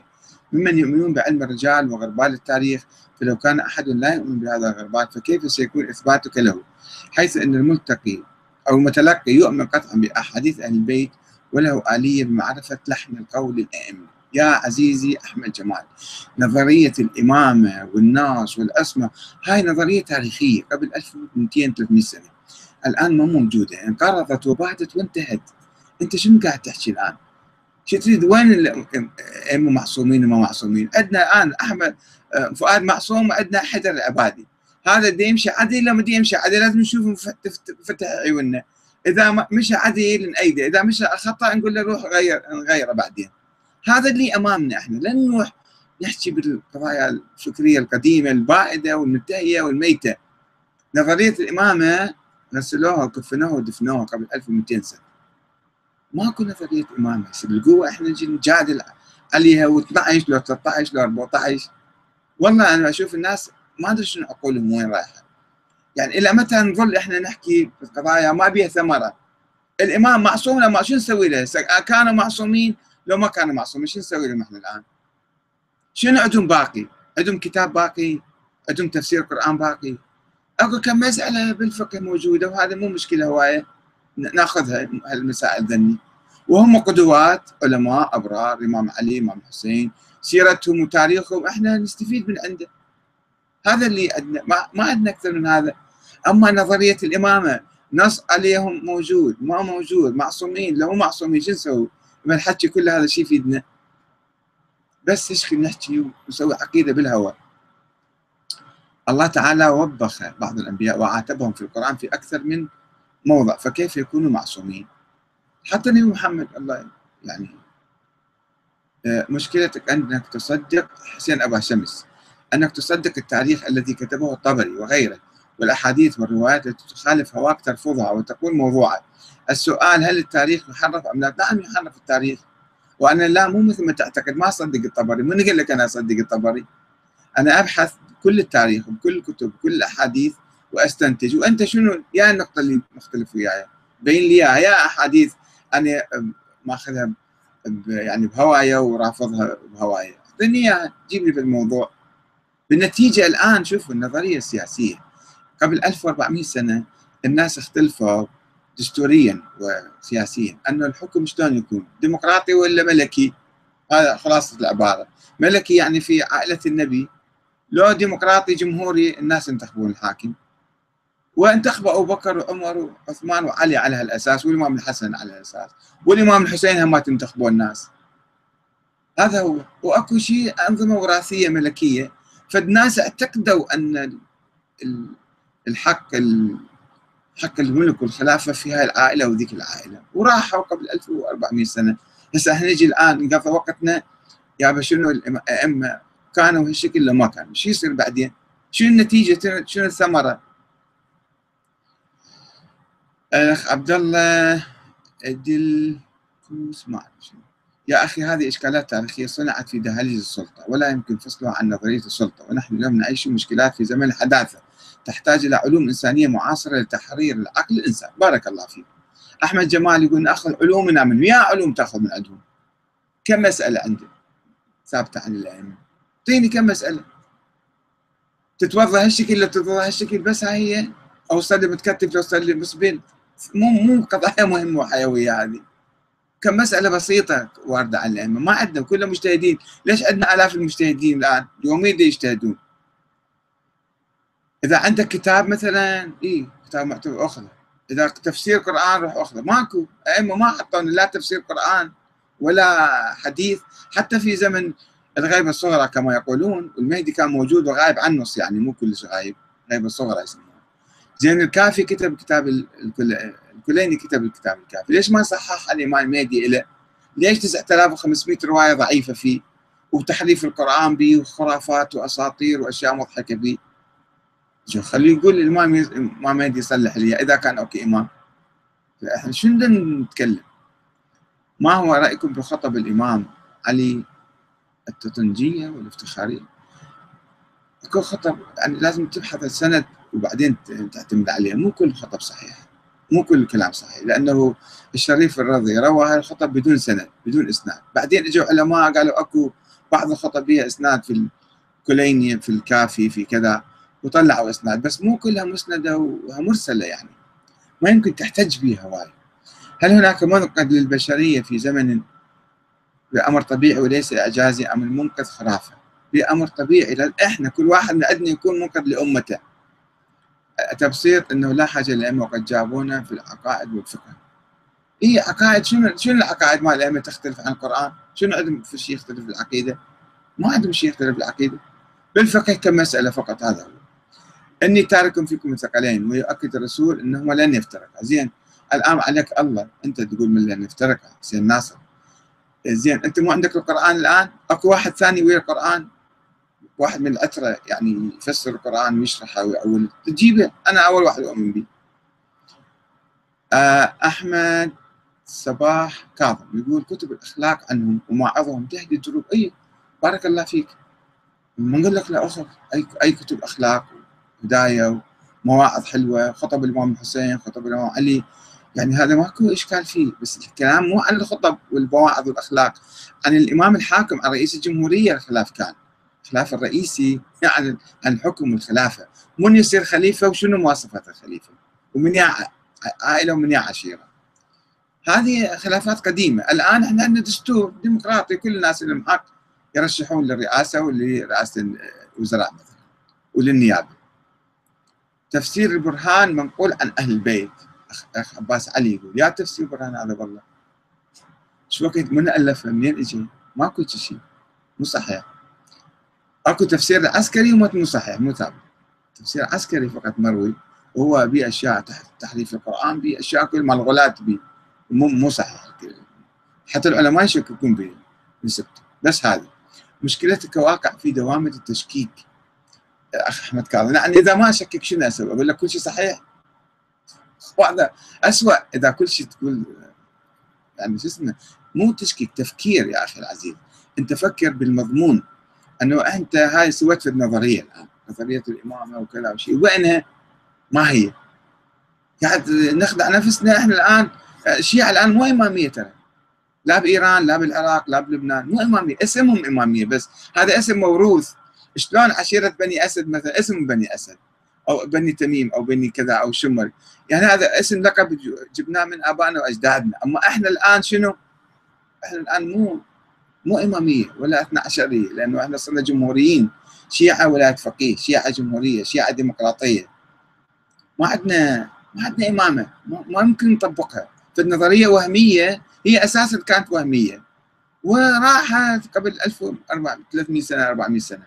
ممن يؤمنون بعلم الرجال وغربال التاريخ، فلو كان أحد لا يؤمن بهذا الغربال فكيف سيكون إثباتك له، حيث أن الملتقي أو المتلقي يؤمن قطعا بأحاديث أهل البيت وله آلية بمعرفة لحن القول الأئمة. يا عزيزي أحمد جمال، نظرية الإمامة والناس والأسماء هاي نظرية تاريخية قبل ألف ومئتين ثلاثمئة سنة، الآن ما موجودة، انقرضت وبعدت وانتهت. أنت شنو قاعد تحكي الآن؟ شو تريد؟ وين الأئمة معصومين وما معصومين؟ عندنا الآن أحمد فؤاد معصوم وعندنا حيدر العبادي، هذا بده يمشي عدل لما بده يمشي عدل لازم نشوف فتح عيوننا، إذا مشى عدل نأيده، إذا مشى خطأ نقول له روح غير نغيره بعدين. هذا اللي أمامنا، إحنا لن نروح نحكي بالقضايا الفكرية القديمة البائدة والمنتهية والميتة. نظرية الإمامة غسلوها وكفنوها ودفنوها قبل ألف ومئتين سنة، ماكو نظرية إمامة بالقوة إحنا نجي نجادل عليها و12 لو ثلاثة عشر لو أربعة عشر. والله أنا أشوف الناس ما أدري شنو عقولهم وين رايحة، يعني إلى متى نظل إحنا نحكي بالقضايا ما بيها ثمرة؟ الإمام معصوم لما شو نسوي له؟ كانوا معصومين لو ما كانوا معصومين شو نسوي لهم إحنا الآن؟ شنو عندهم باقي؟ عندهم كتاب باقي؟ عندهم تفسير قرآن باقي؟ أقول كم مسألة بالفقه موجودة وهذا مو مشكلة هواية ناخذها هالمسائل ذني، وهم قدوات علماء أبرار، الإمام علي، الإمام الحسين، سيرتهم وتاريخهم احنا نستفيد من عنده. هذا اللي عندنا، ما, ما عندنا أكثر من هذا. أما نظرية الإمامة نص عليهم موجود ما موجود، معصومين لو معصومين شو نسوي؟ ما الحكي كل هذا شيء يفيدنا؟ بس نشكي نحكي ونسوي عقيدة بالهواء. الله تعالى وبخ بعض الأنبياء وعاتبهم في القرآن في أكثر من موضع، فكيف يكونوا معصومين؟ حتى النبي محمد الله يعني مشكلتك أنك تصدق حسين أبا شمس، أنك تصدق التاريخ الذي كتبه الطبري وغيره والأحاديث والروايات التي تخالف هواك ترفضها وتقول موضوعة. السؤال هل التاريخ يحرف أم لا؟ نعم يحرف التاريخ، وأنا لا مو مثل ما تعتقد ما أصدق الطبري. من قال لك أنا أصدق الطبري؟ أنا أبحث كل التاريخ بكل الكتب بكل الأحاديث وأستنتج. وأنت شنو يا النقطة اللي مختلف وياي؟ بين لي يا أحاديث أنا ماخذها يعني بهواية ورافضها بهواية، اعطيني اياها، جيب لي بالموضوع. بالنتيجة الآن شوفوا النظرية السياسية قبل ألف وأربعمئة سنة الناس اختلفوا دستوريا وسياسيا أنه الحكم شلون يكون، ديمقراطي ولا ملكي. هذا خلاصة العبارة. ملكي يعني في عائلة النبي، لو ديمقراطي جمهوري الناس ينتخبون الحاكم، وانتخبوا أبو بكر وعمر وعثمان وعلي على هالأساس، والإمام الحسن على هالأساس، والإمام الحسين هم ما تنتخبوا الناس. هذا هو. وأكو شيء أنظمة وراثية ملكية، فالناس اعتقدوا أن الحق حق الملك والخلافة في هاي العائلة وذيك العائلة، وراحوا قبل ألف وأربعمئة سنة. هسه احنا نجي الآن نقضي وقتنا يا شنو الأئمة كانوا هالشكل لو ما كانوا، شو يصير بعدين؟ شنو النتيجة؟ شنو الثمرة؟ الأخ عبد الله ادل ما أعرف شنو. يا أخي هذه إشكالات تاريخية صنعت في دهاليز السلطة ولا يمكن فصلها عن نظرية السلطة، ونحن اليوم نعيش مشكلات في زمن الحداثة تحتاج إلى علوم إنسانية معاصرة لتحرير العقل الإنسان. بارك الله فيك. أحمد جمال يقول نأخذ علومنا من يا علوم تأخذ من عندهم. كم مسألة عندك ثابتة عن الأئمة؟ اعطيني كم مسألة تتوضا هالشكل لو تتوضا هالشكل، بس هاي هي، أو صلي متكتف لو صلي مسبل. مو مو قضايا مهمة وحيوية هذه. كم مسألة بسيطة واردة عن الأئمة، ما عندنا كلنا مجتهدين. ليش عندنا آلاف المجتهدين الآن يوميا يجتهدون؟ إذا عندك كتاب مثلا إيه كتاب معتبر أخذه، إذا تفسير قرآن روح أخذه. ماكو أئمة ما حطوا لا تفسير قرآن ولا حديث. حتى في زمن الغيبة الصغرى كما يقولون، والمهدي كان موجود وغايب عن النص، يعني مو كلش غايب، غيبة الصغرى يسمونها. زين الكافي كتب كتاب الكل... الكليني كتب الكتاب الكافي، ليش ما صحح الإمام المهدي إله؟ ليش تسعة آلاف وخمسمئة رواية ضعيفة فيه وتحريف القرآن به وخرافات وأساطير وأشياء مضحكة به؟ شو خليه يقول الإمام الإمام المهدي يصلح لي إذا كان أوكي إمام. إحنا شو بدنا نتكلم؟ ما هو رأيكم بخطب الإمام علي التطنجية والافتخارية؟ اكو خطب يعني لازم تبحث السند وبعدين تعتمد عليه، مو كل خطب صحيح، مو كل الكلام صحيح، لأنه الشريف الرضي روى هذا الخطب بدون سند بدون إسناد، بعدين اجوا علماء قالوا اكو بعض الخطب بها إسناد في الكليني في الكافي في كذا وطلعوا إسناد، بس مو كلها مسندة ومرسلة، يعني ما يمكن تحتج بها هواي. هل هناك منقذ للبشرية في زمن بأمر طبيعي وليس إعجازي، أم المنقذ خرافة؟ بأمر طبيعي، لأن إحنا كل واحد من عندنا يكون منقذ لأمته. تبسيط أنه لا حاجة للأئمة وقد جابونا في العقائد والفقه. هي عقائد، شنو شنو العقائد مال الأئمة تختلف عن القرآن؟ شنو عندهم في شيء يختلف بالعقيدة؟ ما عندهم شيء يختلف بالعقيدة. بالفقه كم مسألة فقط، هذا هو. إني تارك فيكم الثقلين، ويؤكد الرسول أنهما لن يفترقا. زين، الآن عليك الله، أنت تقول من لن يفترقا، زين ناصر. زين، أنت مو عندك القرآن الآن؟ أكو واحد ثاني ويا القرآن، واحد من الأترة يعني يفسر القرآن ويشرحه ويأول، تجيبه. أنا أول واحد أؤمن به. آه أحمد صباح كاظم يقول كتب الأخلاق عنهم ومواعظهم تهدي الدروب. أي بارك الله فيك، ما نقول لك لا أخر أي أي كتب أخلاق هداية ومواعظ حلوة، خطب الإمام الحسين، خطب الإمام علي، يعني هذا ماكو إشكال فيه. بس الكلام مو عن الخطب والمواعظ والأخلاق، عن الإمام الحاكم، عن رئيس الجمهورية. الخلاف كان الخلاف الرئيسي يعني عن حكم الخلافة، من يصير خليفة وشنو مواصفات الخليفة، ومن يا عائلة ومن يا عشيرة. هذه خلافات قديمة. الآن احنا عندنا دستور ديمقراطي، كل الناس اللي معك يرشحون للرئاسة ولرئاسة الوزراء مثلا وللنيابة. تفسير البرهان منقول عن أهل البيت. أخ عباس علي يقول يا تفسير البرهان هذا والله شو وقت من ألفه، منين اجي؟ ماكو شيء، مو صحيح. اكو تفسير عسكري ومو صحيح، مو ثابت. تفسير عسكري فقط مروي، وهو بأشياء تحت تحريف القرآن، بأشياء كل ما الغلاة بي، مو مو صحيح. حتى العلماء يشككون بنسبته. بس هذه مشكلتك واقع في دوامة التشكيك. أخ أحمد كاظم، يعني إذا ما أشكك شنو أسوي؟ أقول لك كل شيء صحيح؟ وهذا أسوأ إذا كل شيء تقول يعني شو اسمه، مو تشكيك، تفكير يا أخي العزيز. أنت فكر بالمضمون، أنه أنت هاي سويت في النظرية الآن، نظرية الإمامة وكذا وشيء، وينها؟ ما هي؟ قاعد نخدع نفسنا إحنا الآن. الشيعة الآن مو إمامية ترى، لا بإيران لا بالعراق لا بلبنان، مو إمامية، اسمهم إمامية بس، هذا اسم موروث. شلون عشيرة بني أسد مثلا اسم بني أسد، أو بني تميم أو بني كذا أو شمر، يعني هذا اسم لقب جبناه من آبائنا وأجدادنا. أما إحنا الآن شنو؟ إحنا الآن مو مو إمامية ولا اثنا عشرية، لأنه إحنا صرنا جمهوريين، شيعة ولاية فقيه، شيعة جمهورية، شيعة ديمقراطية. ما عندنا ما عندنا إمامة، ما يمكن نطبقها. في النظرية وهمية، هي أساسا كانت وهمية وراحت قبل ألف وثلاثمئة سنة أربعمئة سنة.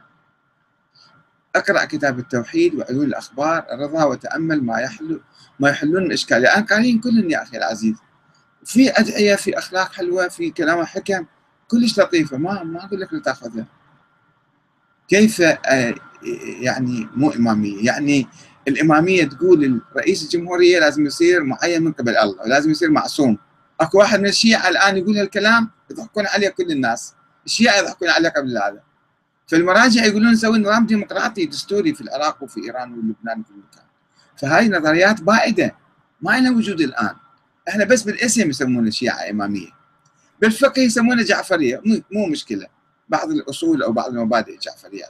اقرأ كتاب التوحيد وعيون الأخبار الرضا وتأمل ما يحل ما يحلون من إشكال. الآن قارين كلهم يا أخي العزيز، في أدعية، في أخلاق حلوة، في كلام حكم كلش لطيفة، ما ما أقول لك لا تأخذها. كيف يعني مو إمامية؟ يعني الإمامية تقول رئيس الجمهورية لازم يصير معين من قبل الله ولازم يصير معصوم. اكو واحد من الشيعة الآن يقول هالكلام يضحكون عليه كل الناس، الشيعة يضحكون عليه قبل هذا. فالمراجع يقولون نسوي نظام ديمقراطي دستوري في العراق وفي إيران ولبنان وفي مكان. فهاي نظريات بائدة ما لها وجود الآن. احنا بس بالاسم يسمون الشيعة إمامية، بالفقه يسمونه جعفرية، مو مشكلة، بعض الأصول أو بعض المبادئ الجعفرية.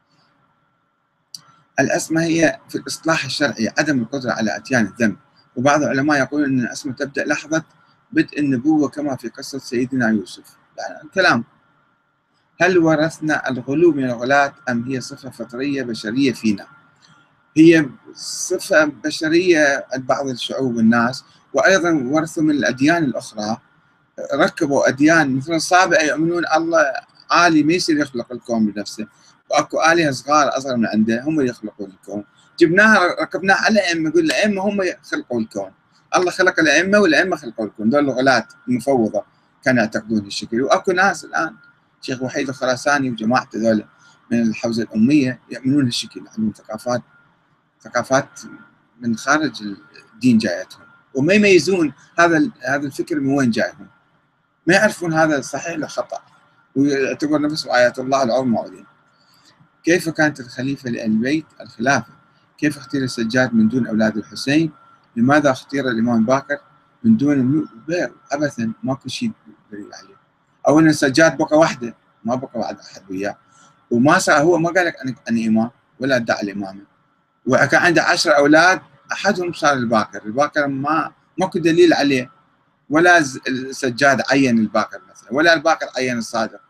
العصمة هي في الإصلاح الشرعي عدم القدرة على أتيان الذنب، وبعض العلماء يقولون أن العصمة تبدأ لحظة بدء النبوة كما في قصة سيدنا يوسف. يعني الكلام، هل ورثنا الغلو من الغلاة أم هي صفة فطرية بشرية فينا؟ هي صفة بشرية عند بعض الشعوب والناس، وأيضا ورثوا من الأديان الأخرى، ركبوا أديان مثل الصابئة يؤمنون الله عالي ما يصير يخلق الكون بنفسه، واكو آلهة صغار أصغر من عنده هم يخلقون الكون. جبناها ركبناها على الأئمة، نقول الأئمة هم يخلقوا الكون، الله خلق الأئمة والأئمة خلقوا الكون. دول الغلاة المفوضة كانوا يعتقدون هالشكل. وأكو ناس الآن شيخ وحيد الخراساني وجماعته ذولا من الحوزة الأمية يؤمنون هالشكل، عندهم ثقافات ثقافات من خارج الدين جايتهم، وما يميزون هذا هذا الفكر من وين جايهم، ما يعرفون هذا صحيح ولا خطأ، ويعتبر نفسه آيات الله العظمى موعودين. كيف كانت الخليفة لآل البيت الخلافة؟ كيف اختير السجاد من دون أولاد الحسين؟ لماذا اختير الإمام باكر من دون عبثا؟ ماكو شيء دليل عليه. أولا السجاد بقى وحده، ما بقى بعد أحد وياه، وما صار هو ما قال لك أنا أنا إمام ولا ادعى الإمامة، وكان عنده عشر أولاد أحدهم صار الباكر، الباكر ما ماكو دليل عليه، ولا السجاد عين الباكر مثلا، ولا الباكر عين الصادق.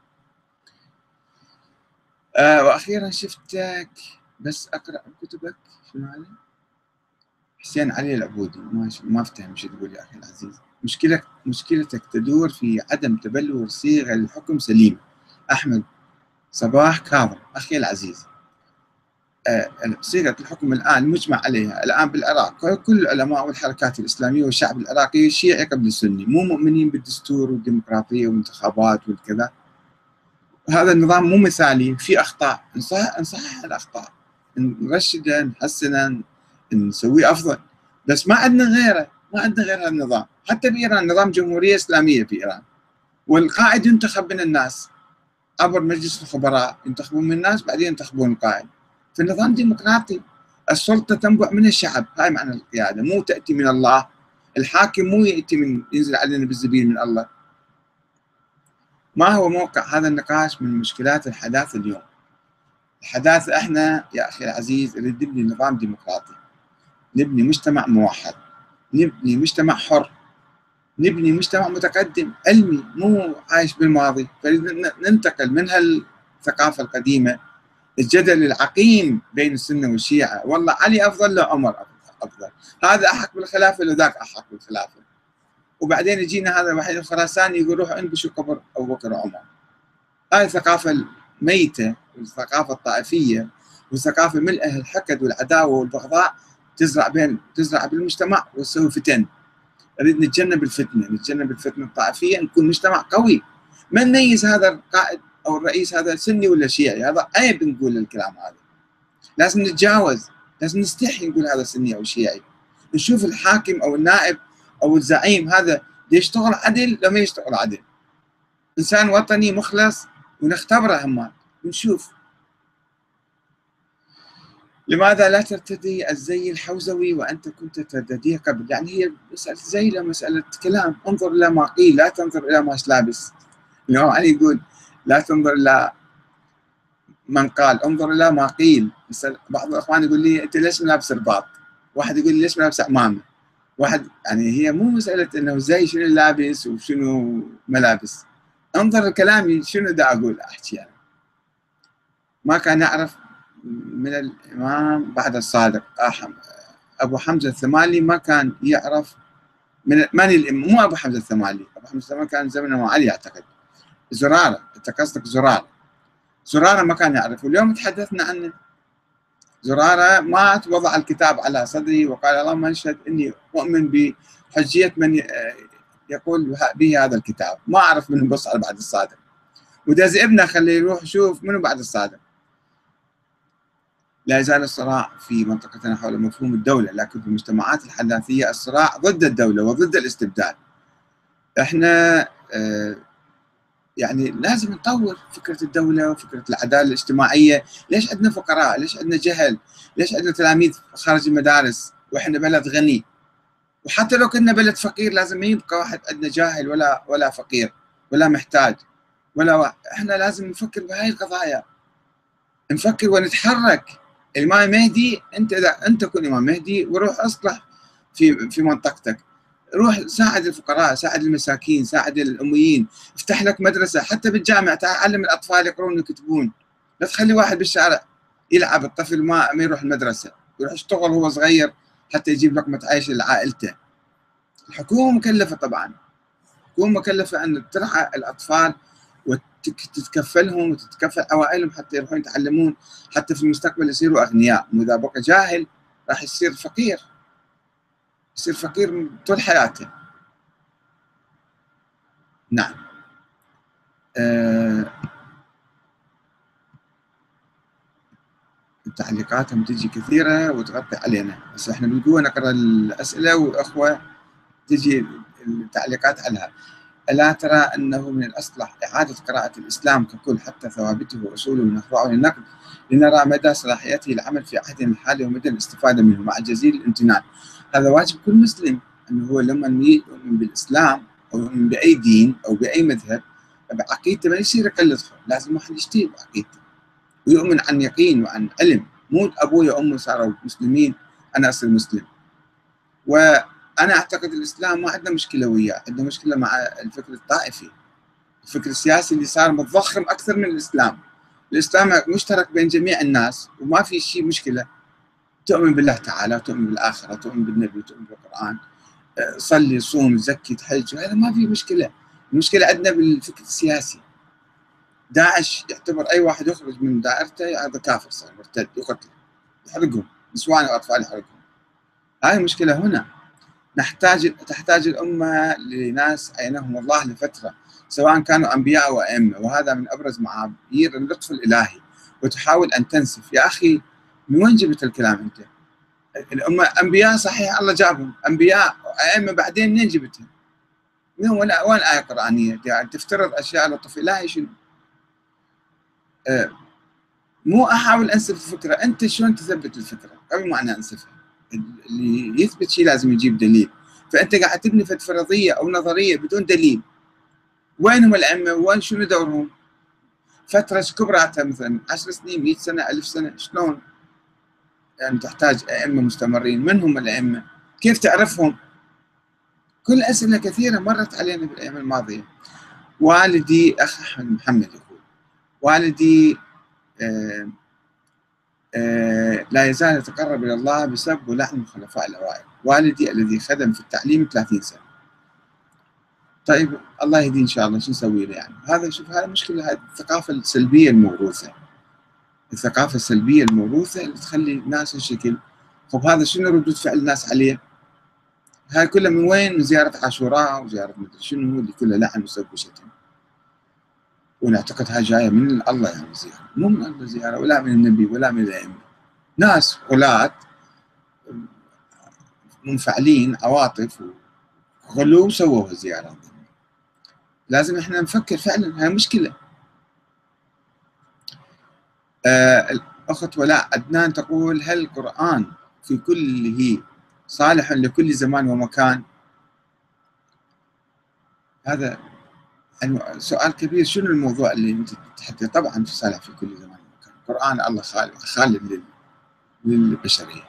آه وأخيرا شفتك بس أقرأ كتبك، شنو هذا؟ حسين علي العبودي، ما ما افتهم شو تقول يا اخي العزيز. مشكلة مشكلتك تدور في عدم تبلور صيغة الحكم سليمة. احمد صباح كاظم، اخي العزيز، آه صيغة الحكم الان مجمع عليها الان بالعراق، كل العلماء والحركات الاسلامية والشعب العراقي شيعي قبل السني، مو مؤمنين بالدستور والديمقراطية والانتخابات والكذا. هذا النظام مو مثالي، في اخطاء، نصحح نصحح الاخطاء، نرشده، نحسنه، نسويه افضل، بس ما عندنا غيره، ما عندنا غير هذا النظام. حتى بإيران نظام جمهورية إسلامية في إيران، والقائد ينتخب من الناس عبر مجلس الخبراء، ينتخبون من الناس بعدين ينتخبون القائد. في النظام ديمقراطي السلطة تنبع من الشعب، هاي معنى القيادة، مو تأتي من الله. الحاكم مو يأتي من ينزل علينا بالزبيل من الله. ما هو موقع هذا النقاش من مشكلات الحداثة اليوم؟ الحداثة احنا يا أخي العزيز نريد نبني نظام ديمقراطي، نبني مجتمع موحد، نبني مجتمع حر، نبني مجتمع متقدم علمي، مو عايش بالماضي. فننتقل من هالثقافة القديمة، الجدل العقيم بين السنة والشيعة، والله علي أفضل لو عمر أفضل، هذا أحق بالخلافة لو ذاك أحق بالخلافة، وبعدين يجينا هذا الوحيد الخراساني يقول روحوا انبشوا قبر أبو بكر وعمر. هاي الثقافة الميتة والثقافة الطائفية والثقافة ملئها الحقد والعداوة والبغضاء تزرع بين تزرع بالمجتمع وتسوي فتن. نريد نتجنب الفتنه، نتجنب الفتنه الطائفيه، نكون مجتمع قوي. ما نميز هذا القائد او الرئيس هذا سني ولا شيعي، هذا عيب نقول الكلام هذا. لازم نتجاوز، لازم نستحي نقول هذا سني او شيعي. نشوف الحاكم او النائب او الزعيم هذا يشتغل عدل لما يشتغل عدل، انسان وطني مخلص، ونختبره هم ونشوف. لماذا لا ترتدي الزي الحوزوي وأنت كنت ترتديه قبل؟ يعني هي مسألة زي لا مسألة كلام، انظر إلى ما قيل لا تنظر إلى ما لابس. الإمام علي يقول لا تنظر إلى من قال، انظر إلى ما قيل. بعض الأخوان يقول لي أنت ليش ملابس رباط؟ واحد يقول لي ليش ملابس عمامة؟ واحد يعني هي مو مسألة إنه زي شنو لابس وشنو ملابس، انظر كلامي شنو دا أقول أحكي يعني. ما كان يعرف من الإمام بعد الصادق. أبو حمزة الثمالي ما كان يعرف من من الإمام، مو أبو حمزة الثمالي، أبو حمزة الثمالي كان زمنه علي أعتقد. زرارة، أنت قصدك زرارة. زرارة ما كان يعرف، واليوم تحدثنا عنه. زرارة مات وضع الكتاب على صدري وقال اللهم اشهد إني أؤمن بحجية من يقول به هذا الكتاب، ما أعرف منه بص على بعد الصادق، وداز ابنه خليه يروح يشوف منه بعد الصادق. لا يزال الصراع في منطقتنا حول مفهوم الدولة، لكن في المجتمعات الحداثية الصراع ضد الدولة وضد الاستبداد. احنا اه يعني لازم نطور فكرة الدولة وفكرة العدالة الاجتماعية. ليش عندنا فقراء؟ ليش عندنا جهل؟ ليش عندنا تلاميذ خارج المدارس واحنا بلد غني؟ وحتى لو كنا بلد فقير لازم ما يبقى واحد عندنا جاهل ولا ولا فقير ولا محتاج ولا واحد. احنا لازم نفكر بهاي القضايا، نفكر ونتحرك. الإمام مهدي، أنت إذا أنت كن إمام مهدي وروح أصلح في في منطقتك، روح ساعد الفقراء، ساعد المساكين، ساعد الأميين، افتح لك مدرسة حتى بالجامعة، تعلم الأطفال يقرون ويكتبون. لا تخلي واحد بالشارع يلعب، الطفل ما ما يروح المدرسة، يروح يشتغل وهو صغير حتى يجيب لقمة عيش لعائلته. الحكومة مكلفة طبعا، الحكومة مكلفة أن ترعى الأطفال وتتكفلهم وتتكفل عوائلهم حتى يروحون يتعلمون، حتى في المستقبل يصيروا أغنياء. وإذا بقى جاهل راح يصير فقير، يصير فقير طول حياته. نعم. أه التعليقات هم تجي كثيرة وتغطي علينا، بس احنا بالقوة نقرأ الأسئلة والأخوة تجي التعليقات عليها. ألا ترى أنه من الأصلح إعادة قراءة الإسلام ككل حتى ثوابته وأصوله ونخضعه للنقد لنرى مدى صلاحيته للعمل في عهدنا الحالي ومدى الاستفادة منه مع جزيل الامتنان. هذا واجب كل مسلم، أنه هو لما يؤمن بالإسلام أو يؤمن بأي دين أو بأي مذهب بعقيدته ما يصير يقلدهم، لازم واحد يجتهد بعقيدته ويؤمن عن يقين وعن علم، مو ابوي وامي صاروا مسلمين انا اصير مسلم. وانا اعتقد الاسلام ما عندنا مشكله وياه، عندنا مشكله مع الفكر الطائفي، الفكر السياسي اللي صار متضخم اكثر من الاسلام. الاسلام مشترك بين جميع الناس وما في شيء مشكله، تؤمن بالله تعالى وتؤمن بالاخره وتؤمن بالنبي وتؤمن بالقران، صلي صوم زكي تحج، هذا ما في مشكله. المشكله عندنا بالفكر السياسي. داعش يعتبر اي واحد يخرج من دائرته هذا كافر، صار مرتد، يقتل، يحرقهم، نسوان واطفال يحرقهم. هاي المشكله هنا. نحتاج تحتاج الامه لناس عينهم الله لفتره، سواء كانوا انبياء او ائمه، وهذا من ابرز معايير اللطف الالهي. وتحاول ان تنسف، يا اخي من وين جبت الكلام انت؟ الامه انبياء صحيح الله جابهم انبياء ائمه، بعدين منين جبتها؟ من وين وين ايه قرانيه يعني تفترض اشياء لطف الهي؟ شنو؟ أه مو احاول انسف الفكره، انت شلون تثبت الفكره؟ قبل ما انا انسفها، اللي يثبت شيء لازم يجيب دليل. فانت قاعد تبني فرضيه او نظريه بدون دليل. وينهم الائمه؟ وين شنو دورهم؟ فتره كبراتها مثلا عشر سنين، مئة سنه، ألف سنه، شلون؟ يعني تحتاج ائمه مستمرين. من هم الائمه؟ كيف تعرفهم؟ كل اسئله كثيره مرت علينا بالايام الماضيه. والدي اخ احمد محمد يقول والدي آه آه لا يزال يتقرب الى الله بسب ولعن الخلفاء الاوائل. والدي الذي خدم في التعليم ثلاثين سنه. طيب الله يهديه ان شاء الله، شو نسوي له يعني؟ هذا شوف، هذا مشكله، هذه الثقافه السلبيه الموروثه. الثقافه السلبيه الموروثه اللي تخلي الناس هالشكل. طب هذا شنو ردود فعل الناس عليه؟ هاي كلها من وين؟ من زياره عاشوراء وزياره مدري شنو اللي كلها لعن وسب وشتم. ونعتقد هاي جايه من الله يعني زياره، مو من الله زياره، ولا من النبي ولا من الائمه. ناس غلاة منفعلين عواطف وغلو سووا الزيارات. لازم احنا نفكر فعلا، هاي مشكله. آه الأخت ولاء عدنان تقول: هل القرآن في كله صالح لكل زمان ومكان؟ هذا سؤال كبير. شنو الموضوع اللي انت تحكي؟ طبعا في صالح في كل زمان ومكان. القرآن الله خالق خالد للبشرية.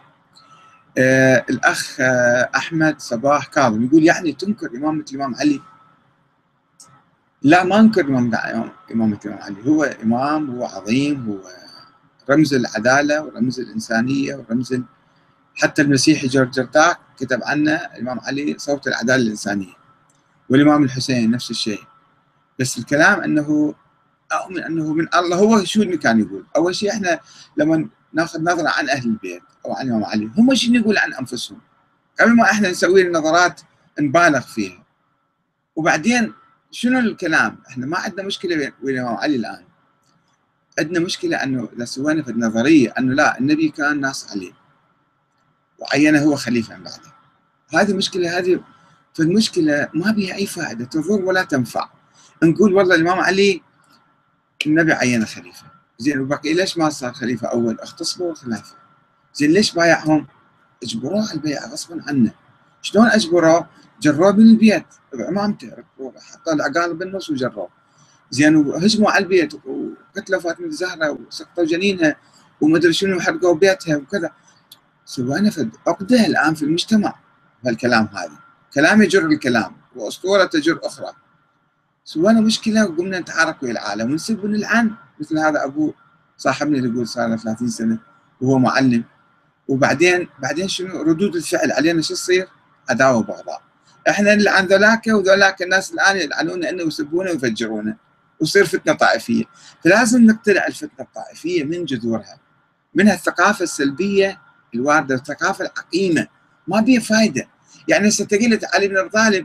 آه الأخ آه أحمد صباح كاظم يقول: يعني تنكر إمامة الإمام علي؟ لا، ما انكر إمامة الإمام علي، هو إمام، هو عظيم، هو رمز العدالة ورمز الإنسانية ورمز. حتى المسيحي جورج جرتاك كتب عنه الإمام علي صوت العدالة الإنسانية، والإمام الحسين نفس الشيء. بس الكلام أنه أؤمن أنه من الله. هو شو اللي كان يقول؟ أول شيء إحنا لما ناخذ نظرة عن أهل البيت أو عن الإمام علي، هم شنو يقول عن أنفسهم قبل ما إحنا نسوي نظرات نبالغ فيها. وبعدين شنو الكلام؟ إحنا ما عندنا مشكلة ويا الإمام علي الآن، عندنا مشكلة أنه إذا سوينا في النظرية أنه لا، النبي كان ناص عليه وعينه هو خليفة من بعده. هذه مشكلة. هذه فالمشكلة ما بها أي فائدة، تضر ولا تنفع. نقول والله الإمام علي النبي عينه خليفة، زين، وبقي ليش ما صار خليفة أول؟ اغتصبوا الخلافة. زين، ليش بايعهم؟ اجبروه على البيعة غصبا عنه. شلون اجبروه؟ جروه من البيت بعمامته، حطوا العقال بالنص وجروه. زين، وهجموا على البيت وقتلوا فاطمة الزهراء وسقطوا جنينها ومدري شنو، وحرقوا بيتها وكذا. سوينا فد عقدة الآن في المجتمع بهالكلام هذا. كلام يجر الكلام وأسطورة تجر أخرى. سوينا مشكلة وقمنا نتعارك ويا العالم ونسب ونلعن. مثل هذا أبو صاحبنا اللي يقول صار له ثلاثين سنة وهو معلم. وبعدين بعدين شنو ردود الفعل علينا؟ شو تصير؟ عداوة وبغضاء. احنا نلعن ذولاك وذولاك الناس الآن يلعنونا إنه ويسبونا ويفجرونا، ويصير فتنة طائفية. فلازم نقتلع الفتنة الطائفية من جذورها، منها الثقافة السلبية الواردة، الثقافة العقيمة ما بيها فايدة. يعني هسه تقول علي بن ابي طالب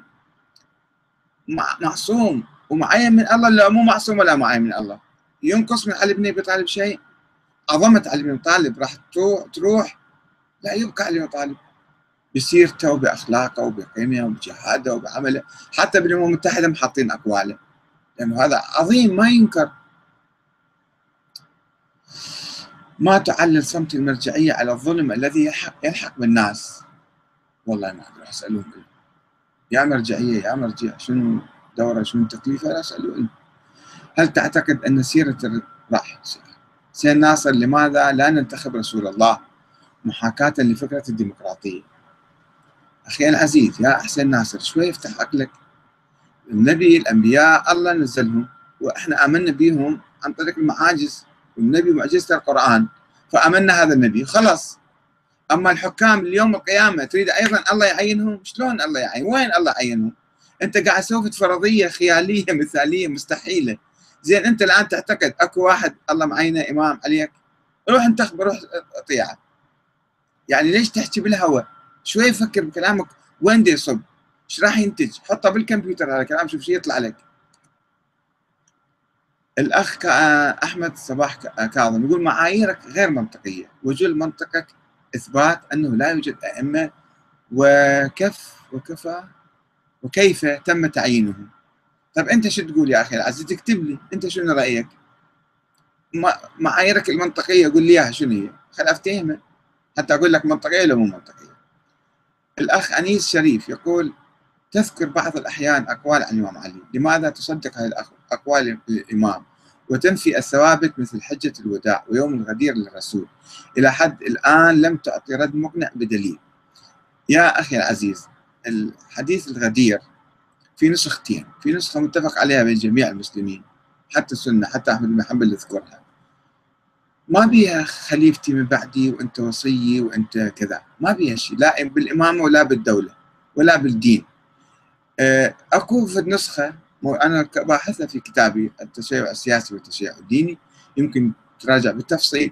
معصوم ومعين من الله، لا مو معصوم ولا معين من الله. ينقص من علي بن ابي طالب شيء؟ عظمة علي بن ابي طالب راح تروح تروح لا يبقى علي بن ابي طالب بسيرته وباخلاقه وبقيمه وبجهاده وبعمله. حتى بالامم المتحده محاطين اقواله، لانه هذا عظيم ما ينكر. ما تعلل صمت المرجعيه على الظلم الذي يلحق, يلحق بالناس. والله ما ادري، اسالهم يا مرجعيه يا مرجع شنو دوره شنو تكليفه؟ لا اسالوا. هل تعتقد أن سيرة راح حسين ناصر لماذا لا ننتخب رسول الله محاكاة لفكرة الديمقراطية؟ أخي العزيز يا حسين ناصر، شوي افتح عقلك. النبي الأنبياء الله نزلهم وإحنا آمنا بهم عن طريق المعاجز، والنبي معجزة القرآن فآمنا هذا النبي خلاص. أما الحكام اليوم القيامة تريد أيضا الله يعينهم؟ شلون الله يعين؟ وين الله عينهم؟ أنت قاعد تسوي فرضية خيالية مثالية مستحيلة. زين أنت الآن تعتقد أكو واحد الله معينه إمام عليك؟ روح انتخب، روح اطيعه. يعني ليش تحكي بالهواء؟ شوي فكر بكلامك وين دي يصب، ايش راح ينتج؟ حطه بالكمبيوتر هذا الكلام، شوف شو يطلع لك. الأخ أحمد صباح كاظم يقول معاييرك غير منطقية، وجل منطقك إثبات أنه لا يوجد أئمة، وكف وكفى وكيف تم تعيينهم. طيب أنت شو تقول يا أخي العزيز؟ تكتب لي أنت شنو رأيك، معاييرك المنطقية قول لي إياها شنو هي، خل أفتهمها حتى أقول لك منطقية ولا مو منطقية. الأخ أنيس شريف يقول تذكر بعض الأحيان أقوال عن الإمام علي، لماذا تصدق هذه الأقوال الإمام وتنفي الثوابت مثل حجة الوداع ويوم الغدير للرسول؟ إلى حد الآن لم تعطي رد مقنع بدليل. يا أخي العزيز، الحديث الغدير في نسختين، في نسخة متفق عليها بين جميع المسلمين حتى السنة، حتى أحمد بن حنبل يذكرها، ما بيها خليفتي من بعدي وأنت وصيي وأنت كذا، ما بيها شيء، لا بالإمامة ولا بالدولة ولا بالدين. اكو في النسخه انا باحثها في كتابي التشيع السياسي والتشيع الديني، يمكن تراجع بالتفصيل.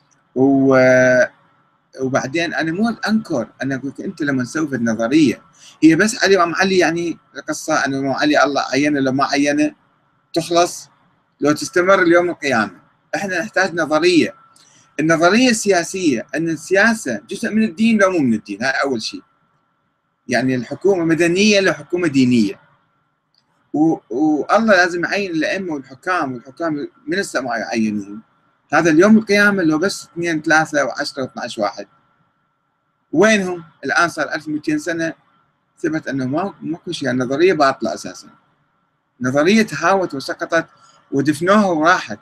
وبعدين انا مو انكر، انا اقول انت لما نسوي النظريه هي بس علي وام علي، يعني القصه انه علي الله عينه لو ما عينه تخلص، لو تستمر اليوم القيامه. احنا نحتاج نظريه، النظريه السياسيه ان السياسه جزء من الدين لو مو من الدين، هذا اول شيء. يعني الحكومه مدنيه لو حكومه دينيه، والله لازم يعين الائمه والحكام، والحكام من السماء يعينون. هذا اليوم القيامه لو بس اثنين ثلاثه وعشرة واثناشر واحد، وينهم؟ الان صار ألف ومئتين سنه ثبت انه ما ماكو شيء، النظريه باطله اساسا، نظريه تهاوت وسقطت ودفنوها وراحت.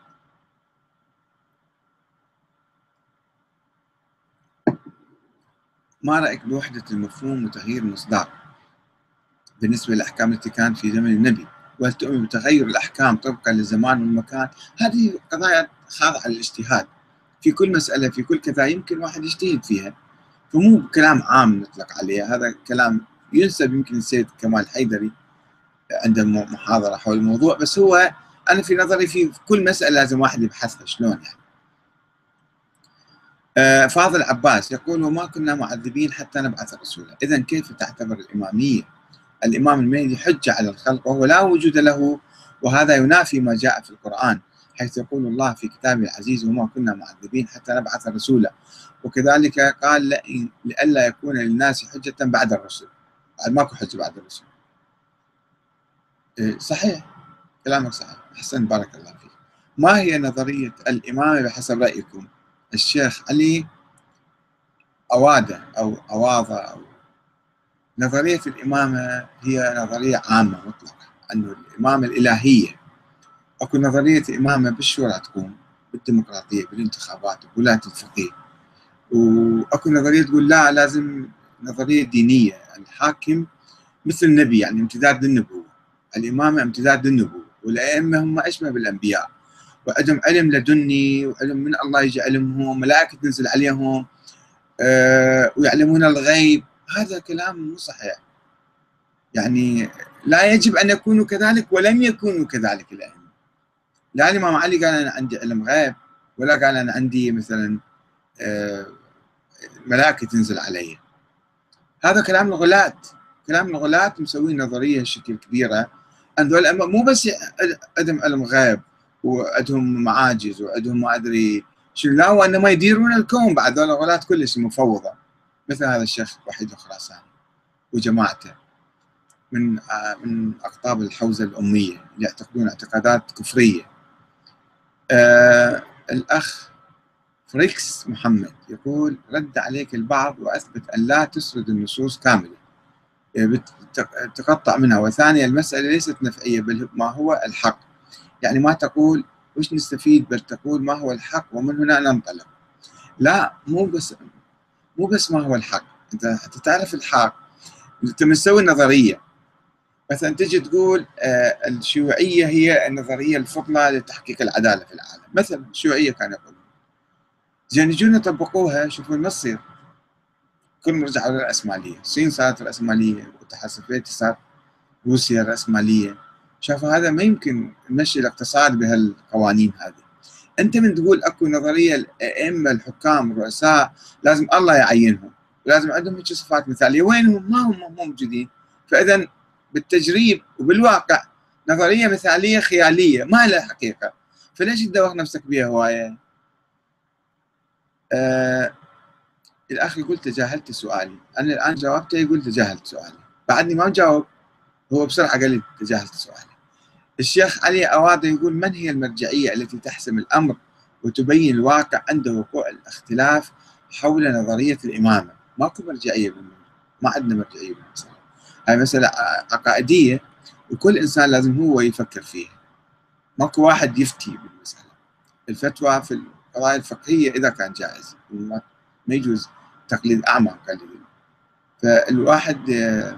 ما رايك بوحده المفهوم وتغيير المصداق بالنسبه للاحكام التي كانت في زمن النبي؟ وهل تؤمن بتغير الأحكام طبقا للزمان والمكان؟ هذه قضايا خاضعة للاجتهاد، في كل مسألة في كل كذا يمكن واحد يجتهد فيها، فمو كلام عام نطلق عليه، هذا كلام ينسب يمكن السيد كمال الحيدري عنده محاضرة حول الموضوع، بس هو أنا في نظري في كل مسألة لازم واحد يبحثها شلون يعني. آه فاضل عباس يقول وما كنا معذبين حتى نبعث رسولا، إذا كيف تعتبر الإمامية الإمام المهدي حجة على الخلق وهو لا وجود له؟ وهذا ينافي ما جاء في القرآن حيث يقول الله في كتابه العزيز وما كنا معذبين حتى نبعث رسولا، وكذلك قال لئلا يكون للناس حجة بعد الرسل، بعد ماكو حجة بعد الرسل. صحيح كلامك صحيح، أحسن بارك الله فيك. ما هي نظرية الإمامة بحسب رأيكم؟ الشيخ علي أوادة أو أواضة أو نظرية الإمامة هي نظرية عامة مطلقة، أنه الإمامة الإلهية. أكو نظرية إمامة بالشورى تكون بالديمقراطية بالانتخابات بولاية الفقيه، وأكو نظرية تقول لا لازم نظرية دينية، الحاكم مثل النبي يعني امتداد للنبوة، الإمامة امتداد للنبوة، والأئمة هم أشبه بالأنبياء وعندهم علم لدني وعلم من الله يجي علمهم، ملائكة تنزل عليهم أه ويعلمون الغيب. هذا كلام مو صحيح، يعني لا يجب أن يكونوا كذلك ولم يكونوا كذلك الأئمة. لا الإمام علي قال أنا عندي علم غيب، ولا قال أنا عندي مثلا ملائكة تنزل علي. هذا كلام الغلاة، كلام الغلاة مسوين نظرية شكل كبيرة أن ذول الأئمة مو بس عندهم علم غيب وعندهم معاجز وعندهم ما أدري شو، لا وإنما يديرون الكون بعد، ذول الغلاة كلش مفوضة، مثل هذا الشيخ وحيد الخراساني وجماعته من من أقطاب الحوزة الأمية اللي يعتقدون اعتقادات كفرية. آه الأخ فريكس محمد يقول رد عليك البعض وأثبت أن لا تسرد النصوص كاملة تقطع منها، وثانيا المسألة ليست نفعية بل ما هو الحق، يعني ما تقول وش نستفيد، بل تقول ما هو الحق ومن هنا ننطلق. لا، مو بس مو بس ما هو الحق، انت حتى تعرف الحق انت مسوي نظريه. مثلا تجي تقول آه الشيوعيه هي النظريه الفضلى لتحقيق العداله في العالم، مثلا الشيوعيه كانوا يقولون، زين يجون يطبقوها، شوفوا ما تصير، كلهم رجعوا للرأسمالية، الصين صارت رأسمالية، والاتحاد السوفيتي صار روسيا رأسمالية. شافوا هذا ما يمكن نمشي الاقتصاد بهالقوانين هذه. انت من تقول اكو نظريه الائمه الحكام الرؤساء لازم الله يعينهم، لازم عندهم هيك صفات مثاليه، وينهم؟ ما هم موجودين. فاذا بالتجريب وبالواقع نظريه مثاليه خياليه ما لها حقيقه، فليش تدوخ نفسك بها هوايه؟ آه الاخ يقول تجاهلت سؤالي، انا الان جاوبته يقول تجاهلت سؤالي، بعدني ما مجاوب، هو بسرعه قال لي تجاهلت سؤالي. الشيخ علي أواضي يقول من هي المرجعية التي تحسم الأمر وتبين الواقع عند وقوع الاختلاف حول نظرية الإمامة؟ ماكو مرجعية بالموضوع، ما عندنا مرجعية بالمسألة هاي، مسألة عقائدية وكل إنسان لازم هو يفكر فيها، ماكو واحد يفتي بالمسألة. الفتوى في القضايا الفقهية إذا كان جائز، ما يجوز تقليد أعمى قال لي. فالواحد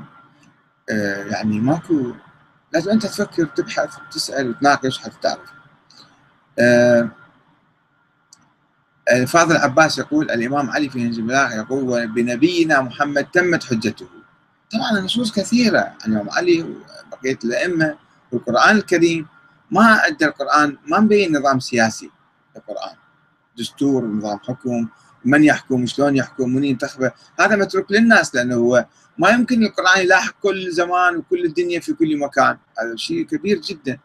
يعني ماكو، لازم أنت تفكر تبحث تسأل وتناقش حتى تعرف. آه فاضل عباس يقول الإمام علي في نهج البلاغة يقول بنبينا محمد تمت حجته. طبعا النصوص كثيرة عن الإمام علي وبقية الأئمة والقرآن الكريم، ما أدى القرآن ما مبين نظام سياسي، القرآن دستور ونظام حكم، من يحكم شلون يحكم من ينتخبه، هذا متروك للناس، لأنه هو ما يمكن القرآن يلاحق كل زمان وكل الدنيا في كل مكان، هذا شيء كبير جدا.